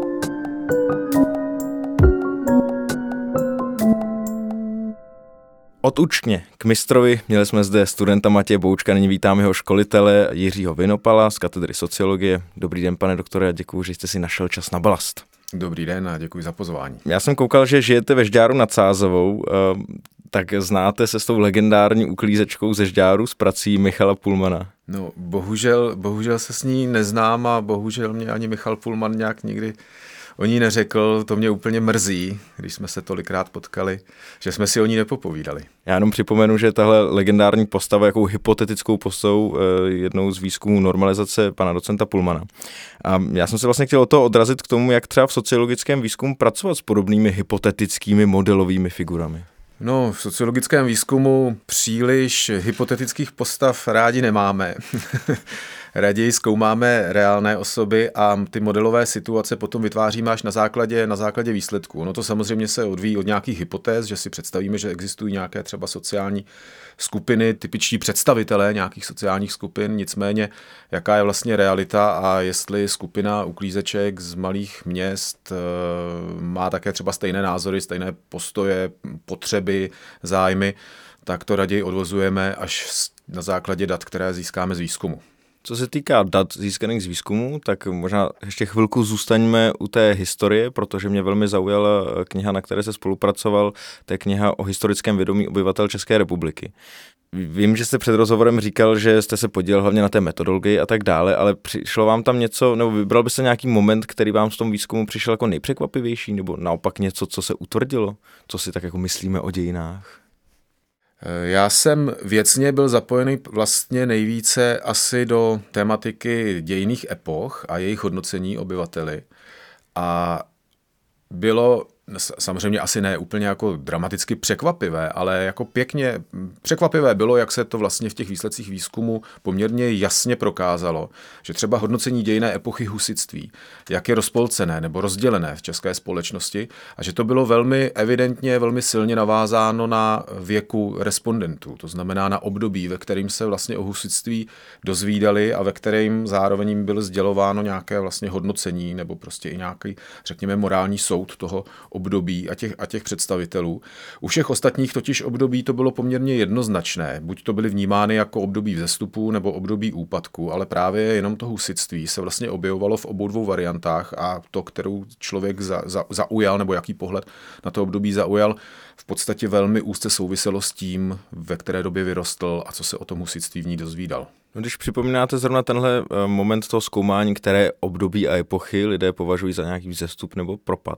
Od učně k mistrovi měli jsme zde studenta Matěje Boučka, nyní vítám jeho školitele Jiřího Vinopala z katedry sociologie. Dobrý den, pane doktore, a děkuji, že jste si našel čas na Balast. Dobrý den a děkuji za pozvání. Já jsem koukal, že žijete ve Žďáru nad Sázavou, tak znáte se s tou legendární uklízečkou ze Žďáru s prací Michala Pullmana? No, bohužel, bohužel se s ní neznám a bohužel mě ani Michal Pullman nějak nikdy o ní neřekl, to mě úplně mrzí, když jsme se tolikrát potkali, že jsme si o ní nepopovídali. Já jenom připomenu, že tahle legendární postava, jakou hypotetickou postavou jednou z výzkumů normalizace pana docenta Pullmana. A já jsem se vlastně chtěl o to odrazit k tomu, jak třeba v sociologickém výzkumu pracovat s podobnými hypotetickými modelovými figurami. No, v sociologickém výzkumu příliš hypotetických postav rádi nemáme. Raději zkoumáme reálné osoby a ty modelové situace potom vytváříme až na základě, na základě výsledků. No to samozřejmě se odvíjí od nějakých hypotéz, že si představíme, že existují nějaké třeba sociální skupiny, typičtí představitelé nějakých sociálních skupin, nicméně jaká je vlastně realita a jestli skupina uklízeček z malých měst má také třeba stejné názory, stejné postoje, potřeby, zájmy, tak to raději odvozujeme až na základě dat, které získáme z výzkumu. Co se týká dat získaných z výzkumu, tak možná ještě chvilku zůstaňme u té historie, protože mě velmi zaujala kniha, na které se spolupracoval, to je kniha o historickém vědomí obyvatel České republiky. vím, že jste před rozhovorem říkal, že jste se podílel hlavně na té metodologii a tak dále, ale přišlo vám tam něco, nebo vybral byste nějaký moment, který vám v tom výzkumu přišel jako nejpřekvapivější, nebo naopak něco, co se utvrdilo, co si tak jako myslíme o dějinách? Já jsem věcně byl zapojený vlastně nejvíce asi do tematiky dějinných epoch a jejich hodnocení obyvateli. A bylo samozřejmě asi ne úplně jako dramaticky překvapivé, ale jako pěkně překvapivé bylo, jak se to vlastně v těch výsledcích výzkumu poměrně jasně prokázalo, že třeba hodnocení dějinné epochy husitství, jak je rozpolcené nebo rozdělené v české společnosti a že to bylo velmi evidentně, velmi silně navázáno na věku respondentů, to znamená na období, ve kterým se vlastně o husitství dozvídali a ve kterém zároveň jim bylo sdělováno nějaké vlastně hodnocení nebo prostě i nějaký, řekněme, morální soud toho období a těch, a těch představitelů. U všech ostatních totiž období to bylo poměrně jednoznačné. Buď to byly vnímány jako období vzestupu nebo období úpadku, ale právě jenom to husitství se vlastně objevovalo v obou dvou variantách a to, kterou člověk za, za, zaujal nebo jaký pohled na to období zaujal, v podstatě velmi úzce souviselo s tím, ve které době vyrostl a co se o tom husitství v ní dozvídal. No, když připomínáte zrovna tenhle moment toho zkoumání, které období a epochy lidé považují za nějaký vzestup nebo propad,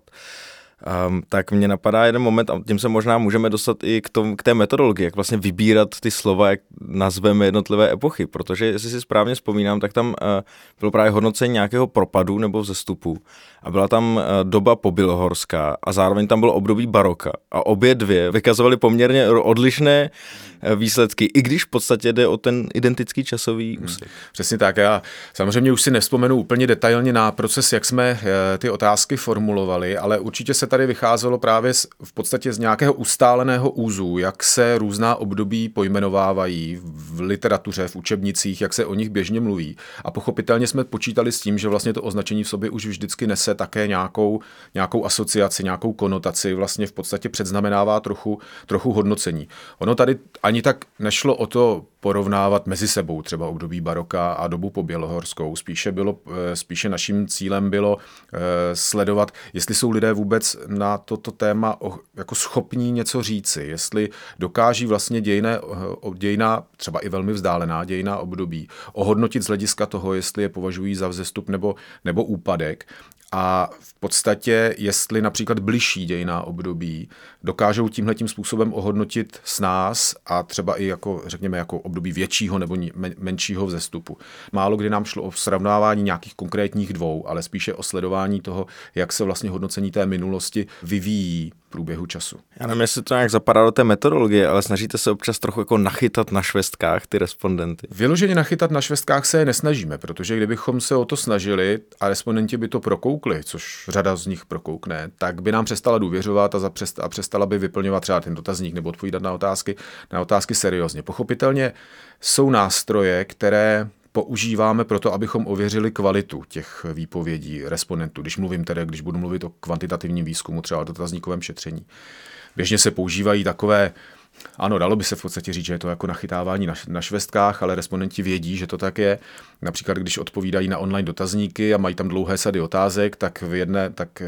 Um, tak mě napadá jeden moment a tím se možná můžeme dostat i k, tom, k té metodologii, jak vlastně vybírat ty slova, jak nazveme jednotlivé epochy, protože jestli si správně vzpomínám, tak tam uh, bylo právě hodnocení nějakého propadu nebo vzestupu a byla tam uh, doba pobělohorská a zároveň tam bylo období baroka a obě dvě vykazovaly poměrně odlišné uh, výsledky, i když v podstatě jde o ten identický časový úsek. Hmm. Přesně tak, já samozřejmě už si nevzpomenu úplně detailně na proces, jak jsme uh, ty otázky formulovali, ale určitě se tady vycházelo právě z, v podstatě z nějakého ustáleného úzu, jak se různá období pojmenovávají v literatuře, v učebnicích, jak se o nich běžně mluví. A pochopitelně jsme počítali s tím, že vlastně to označení v sobě už vždycky nese také nějakou, nějakou asociaci, nějakou konotaci, vlastně v podstatě předznamenává trochu, trochu hodnocení. Ono tady ani tak nešlo o to porovnávat mezi sebou třeba období baroka a dobu pobělohorskou. Spíše, bylo, spíše naším cílem bylo sledovat, jestli jsou lidé vůbec na toto téma jako schopní něco říci, jestli dokáží vlastně dějné, dějná, třeba i velmi vzdálená dějná období, ohodnotit z hlediska toho, jestli je považují za vzestup nebo, nebo úpadek. A v podstatě, jestli například bližší dějná období dokážou tímhletím způsobem ohodnotit s nás a třeba i jako, řekněme, jako období většího nebo menšího vzestupu. Málo kdy nám šlo o srovnávání nějakých konkrétních dvou, ale spíše o sledování toho, jak se vlastně hodnocení té minulosti vyvíjí v průběhu času. Já nevím, jestli to nějak zapadá do té metodologie, ale snažíte se občas trochu jako nachytat na švestkách ty respondenty. Vyloženě nachytat na švestkách se nesnažíme, protože kdybychom se o to snažili a respondenti by to prokoukli, což řada z nich prokoukne, tak by nám přestala důvěřovat a, zapřest, a přestala by vyplňovat třeba ten dotazník nebo odpovídat na otázky, na otázky seriózně. Pochopitelně jsou nástroje, které používáme proto, abychom ověřili kvalitu těch výpovědí respondentů. Když mluvím tedy, když budu mluvit o kvantitativním výzkumu, třeba o dotazníkovém šetření. Běžně se používají takové, ano, dalo by se v podstatě říct, že je to jako nachytávání na, na švestkách, ale respondenti vědí, že to tak je. Například, když odpovídají na online dotazníky a mají tam dlouhé sady otázek, tak v jedné, tak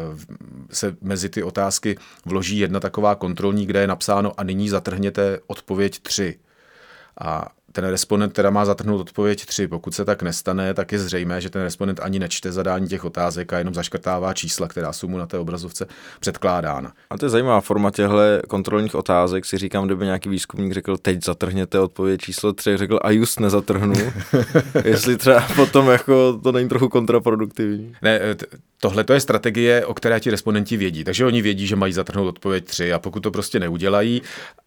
se mezi ty otázky vloží jedna taková kontrolní, kde je napsáno a nyní zatrhněte odpověď tři. A ten respondent teda má zatrhnout odpověď tři. Pokud se tak nestane, tak je zřejmé, že ten respondent ani nečte zadání těch otázek a jenom zaškrtává čísla, která jsou mu na té obrazovce předkládána. A to je zajímavá forma těchto kontrolních otázek. Si říkám, kdyby nějaký výzkumník řekl, teď zatrhněte odpověď číslo tři, řekl a just nezatrhnu. Jestli třeba potom jako to není trochu kontraproduktivní. Ne, tohle to je strategie, o které ti respondenti vědí. Takže oni vědí, že mají zatrhnout odpověď tři a pokud to prostě neudělají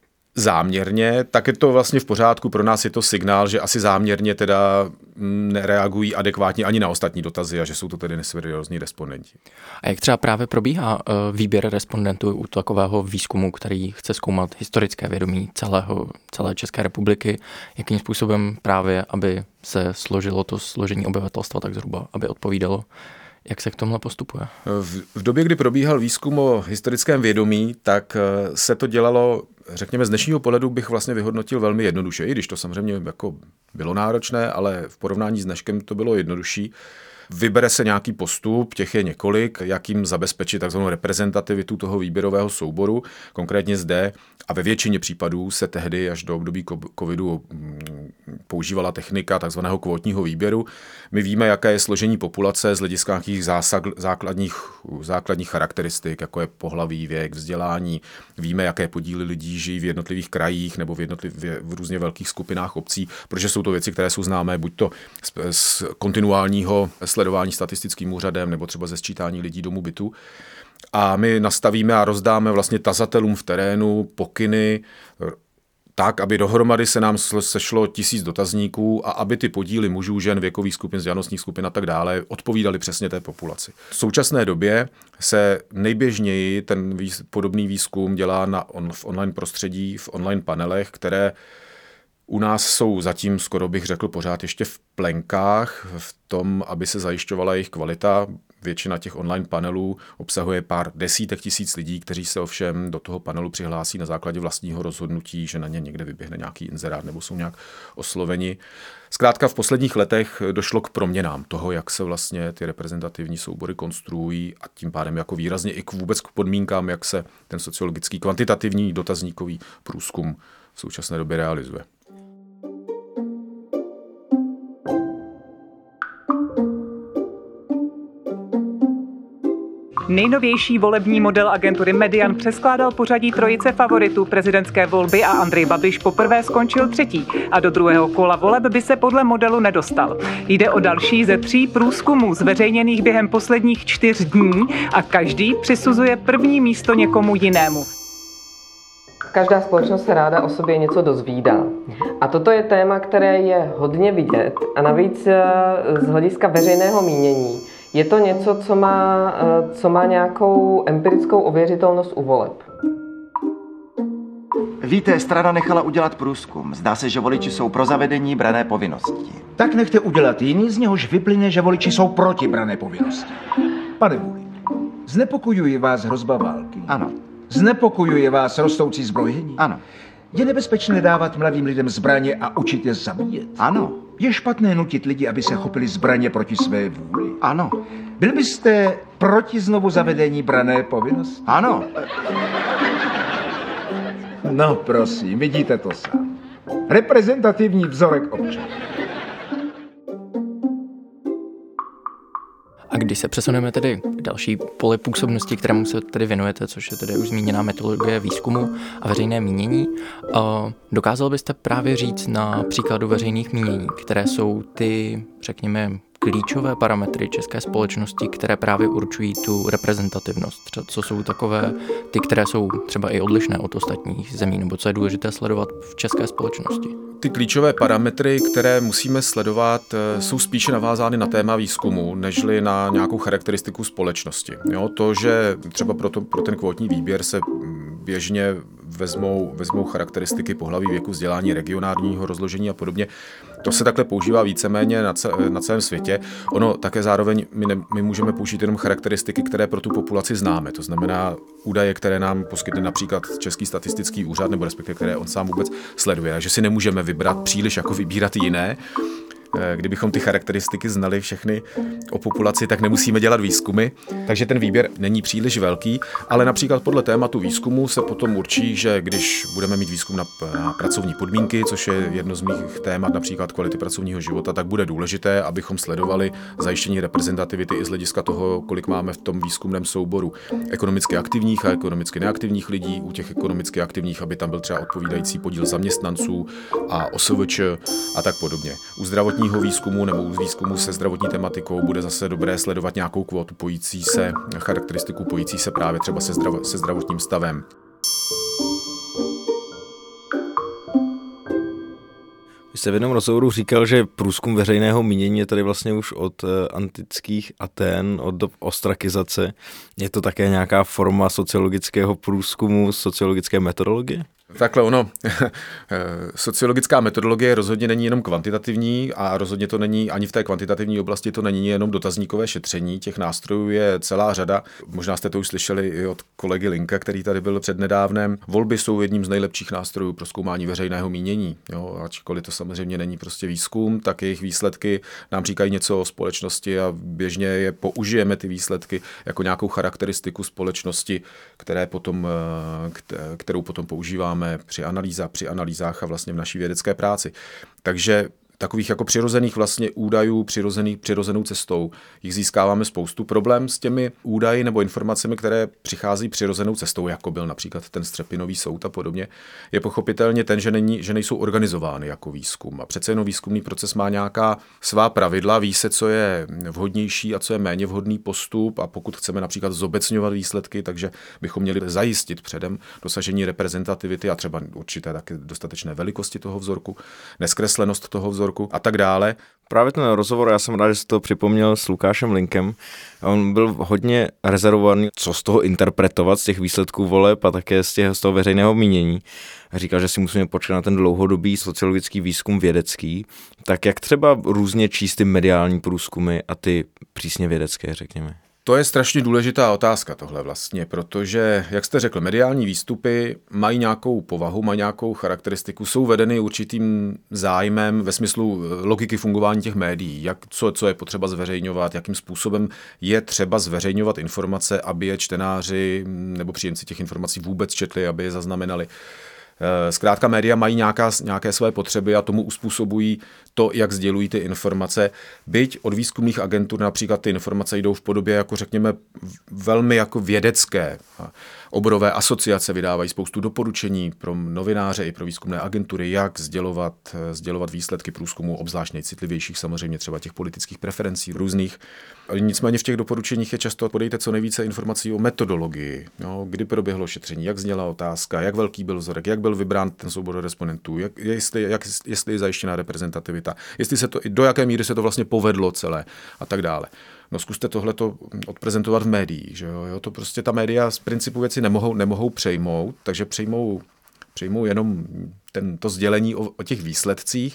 záměrně, tak je to vlastně v pořádku. Pro nás je to signál, že asi záměrně teda nereagují adekvátně ani na ostatní dotazy a že jsou to tedy neseriózní respondenti. A jak třeba právě probíhá výběr respondentů u takového výzkumu, který chce zkoumat historické vědomí celého, celé České republiky, jakým způsobem právě, aby se složilo to složení obyvatelstva tak zhruba, aby odpovídalo? Jak se k tomhle postupuje? V, v době, kdy probíhal výzkum o historickém vědomí, tak se to dělalo, řekněme, z dnešního pohledu bych vlastně vyhodnotil velmi jednoduše, i když to samozřejmě jako bylo náročné, ale v porovnání s dneškem to bylo jednodušší. Vybere se nějaký postup, těch je několik, jak jim zabezpečit takzvanou reprezentativitu toho výběrového souboru. Konkrétně zde a ve většině případů se tehdy až do období covidu používala technika takzvaného kvótního výběru. My víme, jaké je složení populace z hlediska nějakých zásad, základních, základních charakteristik, jako je pohlaví, věk, vzdělání. Víme, jaké podíly lidí žijí v jednotlivých krajích nebo v, jednotlivě, v různě velkých skupinách obcí, protože jsou to věci, které jsou známé buď to z, z kontinuálního sledování statistickým úřadem nebo třeba ze sčítání lidí domů bytu. A my nastavíme a rozdáme vlastně tazatelům v terénu pokyny tak, aby dohromady se nám sešlo tisíc dotazníků a aby ty podíly mužů, žen, věkových skupin, vzdělanostních skupin a tak dále odpovídaly přesně té populaci. V současné době se nejběžněji ten výz, podobný výzkum dělá na on, v online prostředí, v online panelech, které u nás jsou zatím, skoro bych řekl, pořád ještě v plenkách v tom, aby se zajišťovala jejich kvalita. Většina těch online panelů obsahuje pár desítek tisíc lidí, kteří se ovšem do toho panelu přihlásí na základě vlastního rozhodnutí, že na ně někde vyběhne nějaký inzerát nebo jsou nějak osloveni. Zkrátka v posledních letech došlo k proměnám toho, jak se vlastně ty reprezentativní soubory konstruují a tím pádem jako výrazně i k vůbec k podmínkám, jak se ten sociologický kvantitativní dotazníkový průzkum v současné době realizuje. Nejnovější volební model agentury Median přeskládal pořadí trojice favoritů prezidentské volby a Andrej Babiš poprvé skončil třetí a do druhého kola voleb by se podle modelu nedostal. Jde o další ze tří průzkumů zveřejněných během posledních čtyř dní a každý přisuzuje první místo někomu jinému. Každá společnost se ráda o sobě něco dozvídá. A toto je téma, které je hodně vidět a navíc z hlediska veřejného mínění. Je to něco, co má, co má nějakou empirickou ověřitelnost u voleb. Víte, strana nechala udělat průzkum. Zdá se, že voliči jsou pro zavedení branné povinnosti. Tak nechte udělat jiný, z něhož vyplyne, že voliči jsou proti branné povinnosti. Pane Vůli, znepokojuje vás hrozba války? Ano. Znepokojuje vás rostoucí zbrojení? Ano. Je nebezpečné dávat mladým lidem zbraně a učit je zabíjet? Ano. Je špatné nutit lidi, aby se chopili zbraně proti své vůli? Ano. Byl byste proti znovu zavedení branné povinnosti? Ano. No prosím, vidíte to sám. Reprezentativní vzorek občanů. A když se přesuneme tedy k další poli působnosti, kterému se tedy věnujete, což je tedy už zmíněná metodologie výzkumu a veřejné mínění, dokázal byste právě říct na příkladu veřejných mínění, které jsou ty, řekněme, klíčové parametry české společnosti, které právě určují tu reprezentativnost. Co jsou takové ty, které jsou třeba i odlišné od ostatních zemí, nebo co je důležité sledovat v české společnosti? Ty klíčové parametry, které musíme sledovat, jsou spíše navázány na téma výzkumu, nežli na nějakou charakteristiku společnosti. Jo, to, že třeba pro, to, pro ten kvótní výběr se běžně vezmou, vezmou charakteristiky pohlaví, věku, vzdělání, regionálního rozložení a podobně, to se takhle používá víceméně na, ce, na celém světě. Ono také zároveň my, ne, my můžeme použít jenom charakteristiky, které pro tu populaci známe. To znamená údaje, které nám poskytne například Český statistický úřad, nebo respektive které on sám vůbec sleduje. Takže si nemůžeme vybrat příliš jako vybírat jiné. Kdybychom ty charakteristiky znali všechny o populaci, tak nemusíme dělat výzkumy, takže ten výběr není příliš velký, ale například podle tématu výzkumu se potom určí, že když budeme mít výzkum na, na pracovní podmínky, což je jedno z mých témat, například kvality pracovního života, tak bude důležité, abychom sledovali zajištění reprezentativity i z hlediska toho, kolik máme v tom výzkumném souboru ekonomicky aktivních a ekonomicky neaktivních lidí, u těch ekonomicky aktivních, aby tam byl třeba odpovídající podíl zaměstnanců a O S V Č a tak podobně. U zdravotní výzkumu nebo u výzkumu se zdravotní tematikou bude zase dobré sledovat nějakou kvotu pojící se, charakteristiku pojící se právě třeba se, zdrav, se zdravotním stavem. Vy jste v jednom rozhovoru říkal, že průzkum veřejného mínění je tady vlastně už od antických Aten, od dob ostrakizace. Je to také nějaká forma sociologického průzkumu, sociologické metodologie? Takhle ono, sociologická metodologie rozhodně není jenom kvantitativní a rozhodně to není ani v té kvantitativní oblasti, to není jenom dotazníkové šetření, těch nástrojů je celá řada. Možná jste to už slyšeli i od kolegy Linka, který tady byl přednedávnem. Volby jsou jedním z nejlepších nástrojů pro zkoumání veřejného mínění. Jo, ačkoliv to samozřejmě není prostě výzkum, tak jejich výsledky nám říkají něco o společnosti a běžně je použijeme ty výsledky jako nějakou charakteristiku společnosti, které potom, kterou potom používáme při analýzách, při analýzách a vlastně v naší vědecké práci. Takže takových jako přirozených vlastně údajů, přirozených, přirozenou cestou, jich získáváme spoustu. Problém s těmi údaji nebo informacemi, které přichází přirozenou cestou, jako byl například ten Střepinový soud a podobně, je pochopitelně ten, že, není, že nejsou organizovány jako výzkum. A přece jenom výzkumný proces má nějaká svá pravidla, ví se, co je vhodnější a co je méně vhodný postup a pokud chceme například zobecňovat výsledky, takže bychom měli zajistit předem dosažení reprezentativity a třeba určité také dostatečné velikosti toho vzorku, neskreslenost toho vzorku a tak dále. Právě ten rozhovor, já jsem rád, že jsi to připomněl s Lukášem Linkem. On byl hodně rezervovaný, co z toho interpretovat, z těch výsledků voleb a také z, těch, z toho veřejného mínění. Říkal, že si musíme počkat na ten dlouhodobý sociologický výzkum vědecký. Tak jak třeba různě číst ty mediální průzkumy a ty přísně vědecké, řekněme? To je strašně důležitá otázka tohle vlastně, protože, jak jste řekl, mediální výstupy mají nějakou povahu, mají nějakou charakteristiku, jsou vedeny určitým zájmem ve smyslu logiky fungování těch médií, jak, co, co je potřeba zveřejňovat, jakým způsobem je třeba zveřejňovat informace, aby je čtenáři nebo příjemci těch informací vůbec četli, aby je zaznamenali. Zkrátka média mají nějaká, nějaké své potřeby a tomu uspůsobují to, jak sdělují ty informace. Byť od výzkumných agentur například ty informace jdou v podobě, jako řekněme, velmi jako vědecké. Oborové asociace vydávají spoustu doporučení pro novináře i pro výzkumné agentury, jak sdělovat, sdělovat výsledky průzkumu, obzvlášť nejcitlivějších, samozřejmě třeba těch politických preferencí různých. Nicméně v těch doporučeních je často podejte co nejvíce informací o metodologii, jo, kdy proběhlo šetření, jak zněla otázka, jak velký byl vzorek, jak byl vybrán ten soubor respondentů, jak, jestli, jak, jestli je zajištěná reprezentativita, jestli se to, do jaké míry se to vlastně povedlo celé a tak dále. No zkuste tohleto odprezentovat v médiích, že jo? Jo, to prostě ta média z principu věci nemohou, nemohou přejmout, takže přejmou, přejmou jenom ten, to sdělení o, o těch výsledcích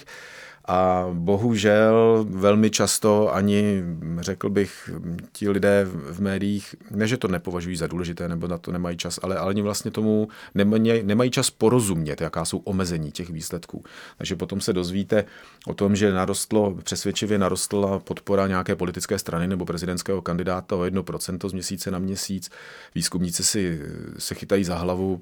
a bohužel velmi často ani, řekl bych, ti lidé v médiích, ne, že to nepovažují za důležité, nebo na to nemají čas, ale ani vlastně tomu nemají, nemají čas porozumět, jaká jsou omezení těch výsledků. Takže potom se dozvíte o tom, že narostlo, přesvědčivě narostla podpora nějaké politické strany nebo prezidentského kandidáta o jedno procento z měsíce na měsíc. Výzkumníci si se chytají za hlavu,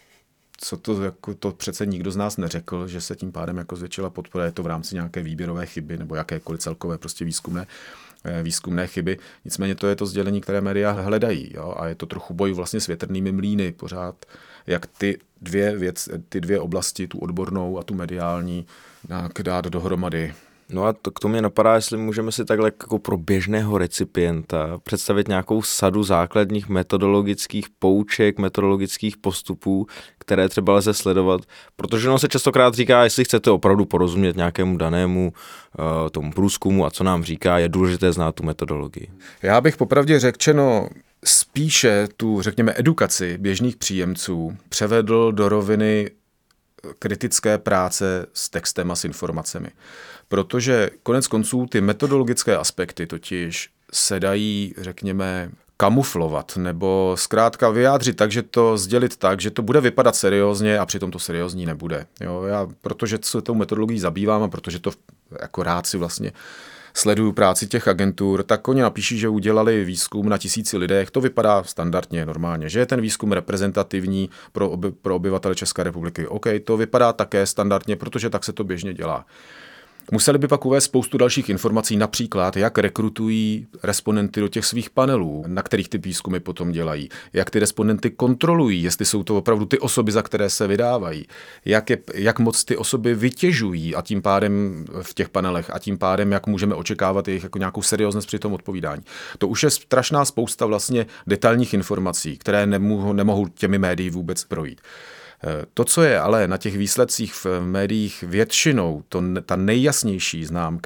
co to, jako to přece nikdo z nás neřekl, že se tím pádem jako zvětšila podpora, je to v rámci nějaké výběrové chyby nebo jakékoliv celkové prostě výzkumné, výzkumné chyby. Nicméně to je to sdělení, které média hledají, jo? A je to trochu boj vlastně s větrnými mlýny pořád, jak ty dvě, věc, ty dvě oblasti, tu odbornou a tu mediální, nějak dát dohromady. No a to k tomu mě napadá, jestli můžeme si takhle jako pro běžného recipienta představit nějakou sadu základních metodologických pouček, metodologických postupů, které třeba lze sledovat, protože ono se častokrát říká, jestli chcete opravdu porozumět nějakému danému uh, tomu průzkumu a co nám říká, je důležité znát tu metodologii. Já bych popravdě řečeno spíše tu, řekněme, edukaci běžných příjemců převedl do roviny kritické práce s textem a s informacemi. Protože konec konců ty metodologické aspekty totiž se dají, řekněme, kamuflovat nebo zkrátka vyjádřit tak, že to sdělit tak, že to bude vypadat seriózně a přitom to seriózní nebude. Jo, já, protože se tou metodologií zabývám a protože to jako rád si vlastně sleduju práci těch agentur, tak oni napíší, že udělali výzkum na tisíci lidech, to vypadá standardně, normálně, že je ten výzkum reprezentativní pro, oby, pro obyvatele České republiky. OK, to vypadá také standardně, protože tak se to běžně dělá. Museli by pak uvést spoustu dalších informací, například jak rekrutují respondenty do těch svých panelů, na kterých ty výzkumy potom dělají, jak ty respondenty kontrolují, jestli jsou to opravdu ty osoby, za které se vydávají, jak, je, jak moc ty osoby vytěžují a tím pádem v těch panelech a tím pádem, jak můžeme očekávat jejich jako nějakou serióznost při tom odpovídání. To už je strašná spousta vlastně detailních informací, které nemohou, nemohou těmi médii vůbec projít. To, co je ale na těch výsledcích v médiích většinou, to, ta nejjasnější známka,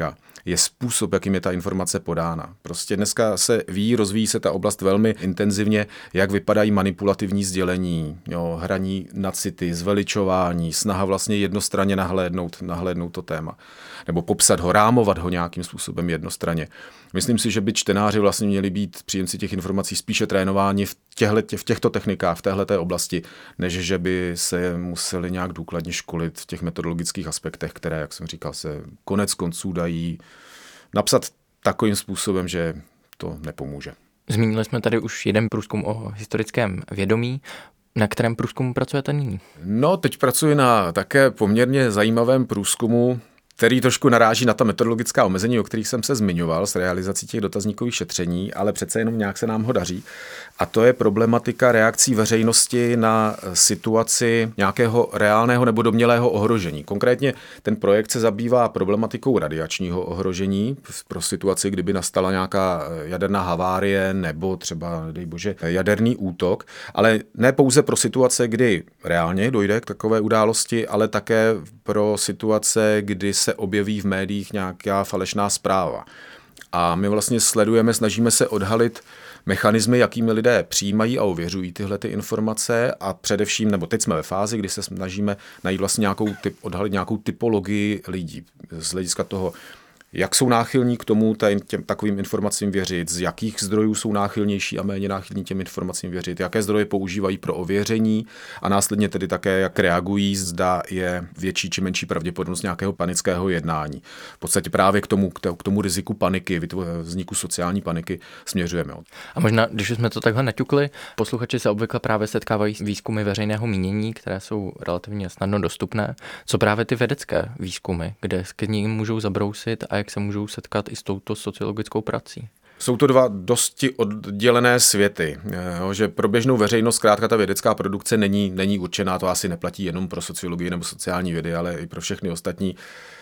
je způsob, jakým je ta informace podána. Prostě dneska se ví, rozvíjí se ta oblast velmi intenzivně, jak vypadají manipulativní sdělení, jo, hraní na city, zveličování, snaha vlastně jednostranně nahlédnout, nahlédnout to téma. Nebo popsat ho, rámovat ho nějakým způsobem jednostranně. Myslím si, že by čtenáři vlastně měli být příjemci těch informací spíše trénováni v, těchto, v těchto technikách, v téhleté oblasti, než že by se museli nějak důkladně školit v těch metodologických aspektech, které, jak jsem říkal, se konec konců dají napsat takovým způsobem, že to nepomůže. Zmínili jsme tady už jeden průzkum o historickém vědomí. Na kterém průzkumu pracujete nyní? No, teď pracuji na také poměrně zajímavém průzkumu, který trošku naráží na ta metodologická omezení, o kterých jsem se zmiňoval s realizací těch dotazníkových šetření, ale přece jenom nějak se nám ho daří. A to je problematika reakcí veřejnosti na situaci nějakého reálného nebo domnělého ohrožení. Konkrétně ten projekt se zabývá problematikou radiačního ohrožení pro situaci, kdyby nastala nějaká jaderná havárie nebo třeba, dej bože, jaderný útok, ale ne pouze pro situace, kdy reálně dojde k takové události, ale také pro situace, kdy se objeví v médiích nějaká falešná zpráva. A my vlastně sledujeme, snažíme se odhalit mechanismy, jakými lidé přijímají a ověřují tyhle ty informace a především, nebo teď jsme ve fázi, kdy se snažíme najít vlastně nějakou typ, odhalit nějakou typologii lidí z hlediska toho, jak jsou náchylní k tomu těm takovým informacím věřit, z jakých zdrojů jsou náchylnější a méně náchylní těm informacím věřit, jaké zdroje používají pro ověření a následně tedy také, jak reagují, zda je větší či menší pravděpodobnost nějakého panického jednání. V podstatě právě k tomu, k tomu riziku paniky, vzniku sociální paniky směřujeme. A možná, když jsme to takhle naťukli, posluchači se obvykle právě setkávají s výzkumy veřejného mínění, které jsou relativně snadno dostupné. Co právě ty vědecké výzkumy, kde k nim můžou zabrousit a jak se můžou setkat i s touto sociologickou prací? Jsou to dva dosti oddělené světy, jo, že pro běžnou veřejnost zkrátka ta vědecká produkce není, není určená, to asi neplatí jenom pro sociologii nebo sociální vědy, ale i pro všechny ostatní.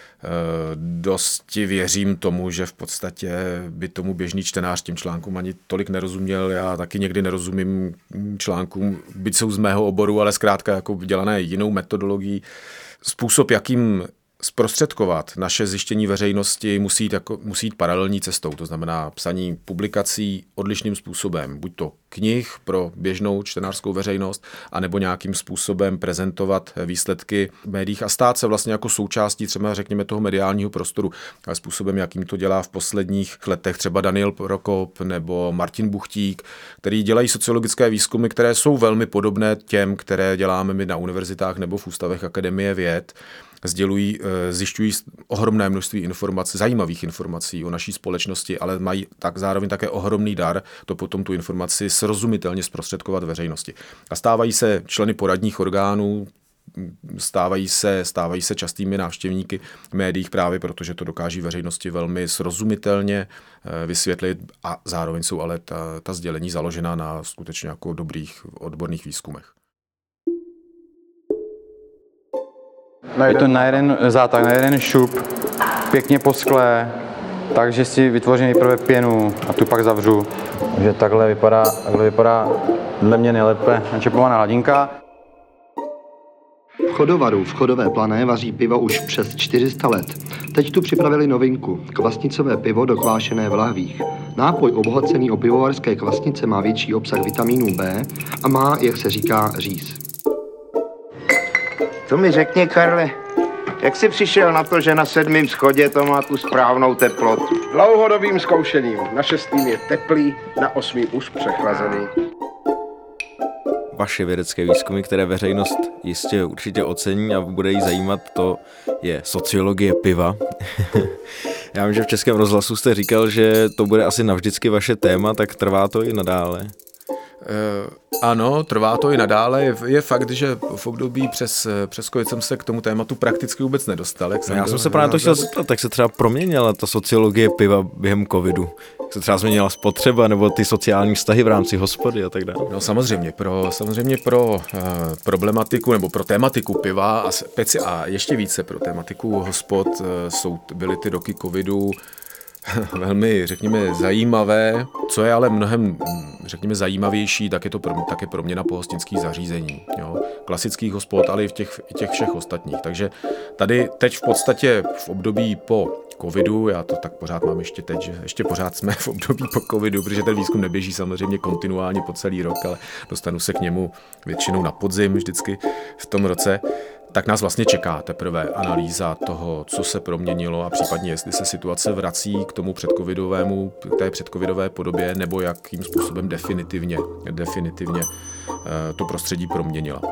Dosti věřím tomu, že v podstatě by tomu běžný čtenář těm článkům ani tolik nerozuměl. Já taky někdy nerozumím článkům, byť jsou z mého oboru, ale zkrátka jako dělané jinou metodologií. Způsob, jakým zprostředkovat naše zjištění veřejnosti musí jít, jako, musí jít paralelní cestou, to znamená psaní publikací odlišným způsobem, buď to knih pro běžnou čtenářskou veřejnost, anebo nějakým způsobem prezentovat výsledky v médiích a stát se vlastně jako součástí třeba řekněme toho mediálního prostoru, ale způsobem, jakým to dělá v posledních letech třeba Daniel Prokop nebo Martin Buchtík, který dělají sociologické výzkumy, které jsou velmi podobné těm, které děláme my na univerzitách nebo v ústavech Akademie věd. Sdělují, zjišťují ohromné množství informací, zajímavých informací o naší společnosti, ale mají tak zároveň také ohromný dar to potom tu informaci srozumitelně zprostředkovat veřejnosti. A stávají se členy poradních orgánů, stávají se, stávají se častými návštěvníky v médiích právě protože to dokáží veřejnosti velmi srozumitelně vysvětlit a zároveň jsou ale ta, ta sdělení založena na skutečně jako dobrých odborných výzkumech. Je to na jeden zátah, na jeden šup, pěkně po skle, takže si vytvořím nejprve pěnu a tu pak zavřu. Takže takhle vypadá, takhle vypadá dle mě nejlépe načepovaná hladinka. V Chodovaru v Chodové Plané vaří pivo už přes čtyři sta let. Teď tu připravili novinku, kvasnicové pivo dokvášené v lahvích. Nápoj obohacený o pivovarské kvasnice má větší obsah vitamínu B a má, jak se říká, říz. To mi řekni, Karle, jak jsi přišel na to, že na sedmém schodě to má tu správnou teplotu? Dlouhodobým zkoušením. Na šestým je teplý, na osmým už přechlazený. Vaše vědecké výzkumy, které veřejnost jistě určitě ocení a bude jí zajímat, to je sociologie piva. Já vím, že v Českém rozhlasu jste říkal, že to bude asi navždycky vaše téma, tak trvá to i nadále? Uh, ano, trvá to i nadále. Je, je fakt, že v období přes, přes covid jsem se k tomu tématu prakticky vůbec nedostal. Jak jsem Já jsem se právě to chtěl zeptat, tak se třeba proměnila ta sociologie piva během covidu? Jak se třeba změnila spotřeba nebo ty sociální vztahy v rámci hospody a tak dále? No samozřejmě, pro, samozřejmě pro uh, problematiku nebo pro tématiku piva a, speci- a ještě více pro tématiku hospod uh, jsou, byly ty roky covidu velmi, řekněme, zajímavé. Co je ale mnohem, řekněme, zajímavější, tak je to pro, také proměna pohostinských zařízení. Jo? Klasických hospod, ale i v těch, i těch všech ostatních. Takže tady teď v podstatě v období po covidu, já to tak pořád mám ještě teď, že ještě pořád jsme v období po covidu, protože ten výzkum neběží samozřejmě kontinuálně po celý rok, ale dostanu se k němu většinou na podzim vždycky v tom roce, tak nás vlastně čeká teprve analýza toho, co se proměnilo a případně jestli se situace vrací k tomu předcovidovému, k té předcovidové podobě, nebo jakým způsobem definitivně, definitivně to prostředí proměnila.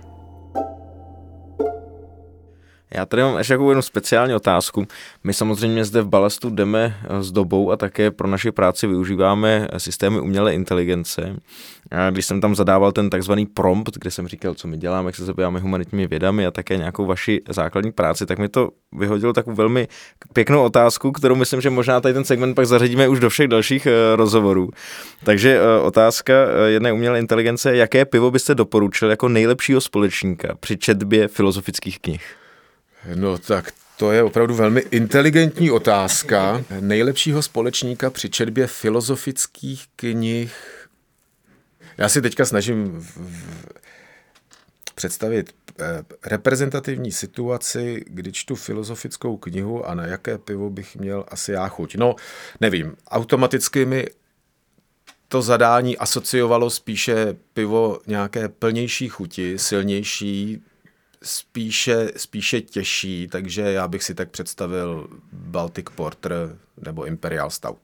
Já tady mám ještě jako jednu speciální otázku. My samozřejmě zde v Balastu jdeme s dobou a také pro naši práci využíváme systémy umělé inteligence. A když jsem tam zadával ten takzvaný prompt, kde jsem říkal, co my děláme, jak se zabýváme humanitními vědami a také nějakou vaši základní práci, tak mi to vyhodilo takovou velmi pěknou otázku, kterou myslím, že možná tady ten segment pak zařadíme už do všech dalších rozhovorů. Takže otázka jedné umělé inteligence, jaké pivo byste doporučil jako nejlepšího společníka při četbě filozofických knih? No tak to je opravdu velmi inteligentní otázka. Nejlepšího společníka při četbě filozofických knih. Já si teďka snažím představit reprezentativní situaci, kdy čtu filozofickou knihu a na jaké pivo bych měl asi já chuť. No, nevím, automaticky mi to zadání asociovalo spíše pivo nějaké plnější chuti, silnější, spíše, spíše těžší, takže já bych si tak představil Baltic Porter nebo Imperial Stout.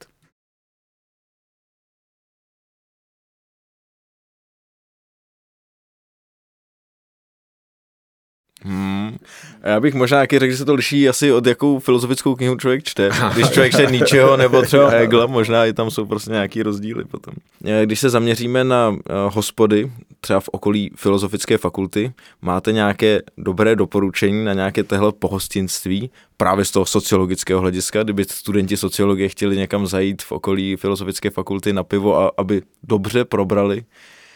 Hmm. Já bych možná taky řekl, že se to liší asi od jakou filozofickou knihu člověk čte. Když člověk čte Nietzscheho nebo třeba Hegela, možná i tam jsou prostě nějaký rozdíly potom. Když se zaměříme na hospody, třeba v okolí filozofické fakulty, máte nějaké dobré doporučení na nějaké téhle pohostinství, právě z toho sociologického hlediska, kdyby studenti sociologie chtěli někam zajít v okolí filozofické fakulty na pivo, a aby dobře probrali,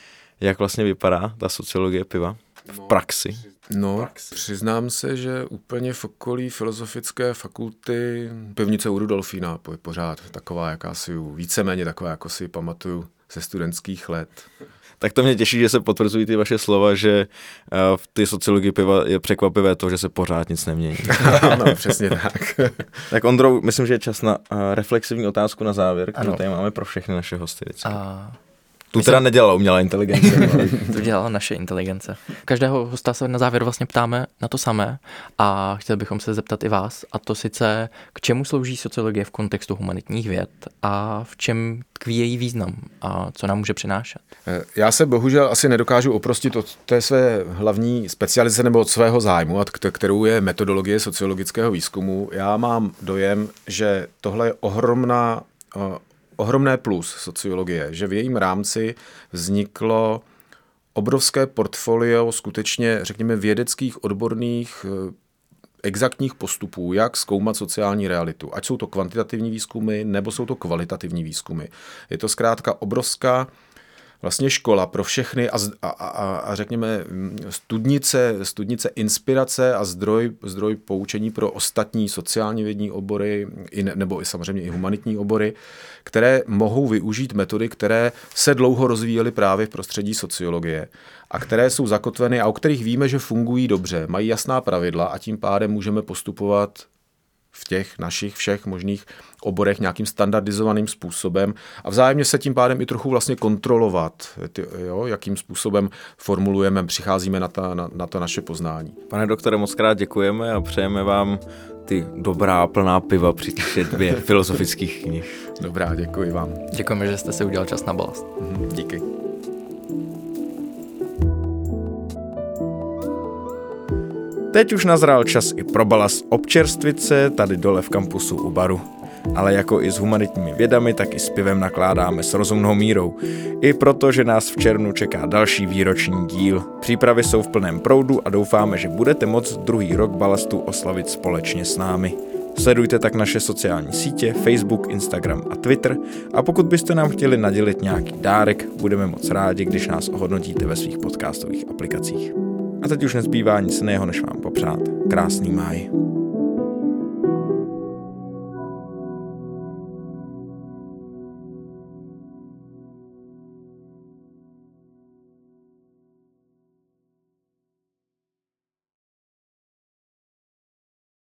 jak vlastně vypadá ta sociologie piva v praxi? No, přiznám se, že úplně v okolí filozofické fakulty pivnice u Rudolfína je pořád taková, jaká si víceméně taková, jako si pamatuju ze studentských let. Tak to mě těší, že se potvrzují ty vaše slova, že v té sociologii piva je překvapivé to, že se pořád nic nemění. No, přesně tak. Tak Ondro, myslím, že je čas na reflexivní otázku na závěr, kterou tady máme pro všechny naše hosty. A... Tu teda nedělala umělá inteligence. To dělala naše inteligence. Každého hosta se na závěr vlastně ptáme na to samé a chtěli bychom se zeptat i vás, a to sice, k čemu slouží sociologie v kontextu humanitních věd a v čem tkví její význam a co nám může přinášet? Já se bohužel asi nedokážu oprostit od té své hlavní specializace nebo od svého zájmu, kterou je metodologie sociologického výzkumu. Já mám dojem, že tohle je ohromná ohromné plus sociologie, že v jejím rámci vzniklo obrovské portfolio skutečně, řekněme, vědeckých, odborných, exaktních postupů, jak zkoumat sociální realitu. Ať jsou to kvantitativní výzkumy, nebo jsou to kvalitativní výzkumy. Je to zkrátka obrovská vlastně škola pro všechny a, a, a, a řekněme studnice, studnice inspirace a zdroj, zdroj poučení pro ostatní sociální vědní obory i ne, nebo i samozřejmě i humanitní obory, které mohou využít metody, které se dlouho rozvíjely právě v prostředí sociologie a které jsou zakotveny a o kterých víme, že fungují dobře, mají jasná pravidla a tím pádem můžeme postupovat v těch našich všech možných oborech nějakým standardizovaným způsobem a vzájemně se tím pádem i trochu vlastně kontrolovat, ty, jo, jakým způsobem formulujeme, přicházíme na, ta, na, na to naše poznání. Pane doktore, moc krát děkujeme a přejeme vám ty dobrá plná piva při četbě filozofických knih. Dobrá, děkuji vám. Děkujeme, že jste si udělal čas na Balast. Mhm, díky. Teď už nazrál čas i pro Balast občerstvit se tady dole v kampusu u baru. Ale jako i s humanitními vědami, tak i s pivem nakládáme s rozumnou mírou. I proto, že nás v červnu čeká další výroční díl. Přípravy jsou v plném proudu a doufáme, že budete moct druhý rok Balastu oslavit společně s námi. Sledujte tak naše sociální sítě, Facebook, Instagram a Twitter a pokud byste nám chtěli nadělit nějaký dárek, budeme moc rádi, když nás ohodnotíte ve svých podcastových aplikacích. A teď už nezbývá nic jiného, než vám popřát krásný máj.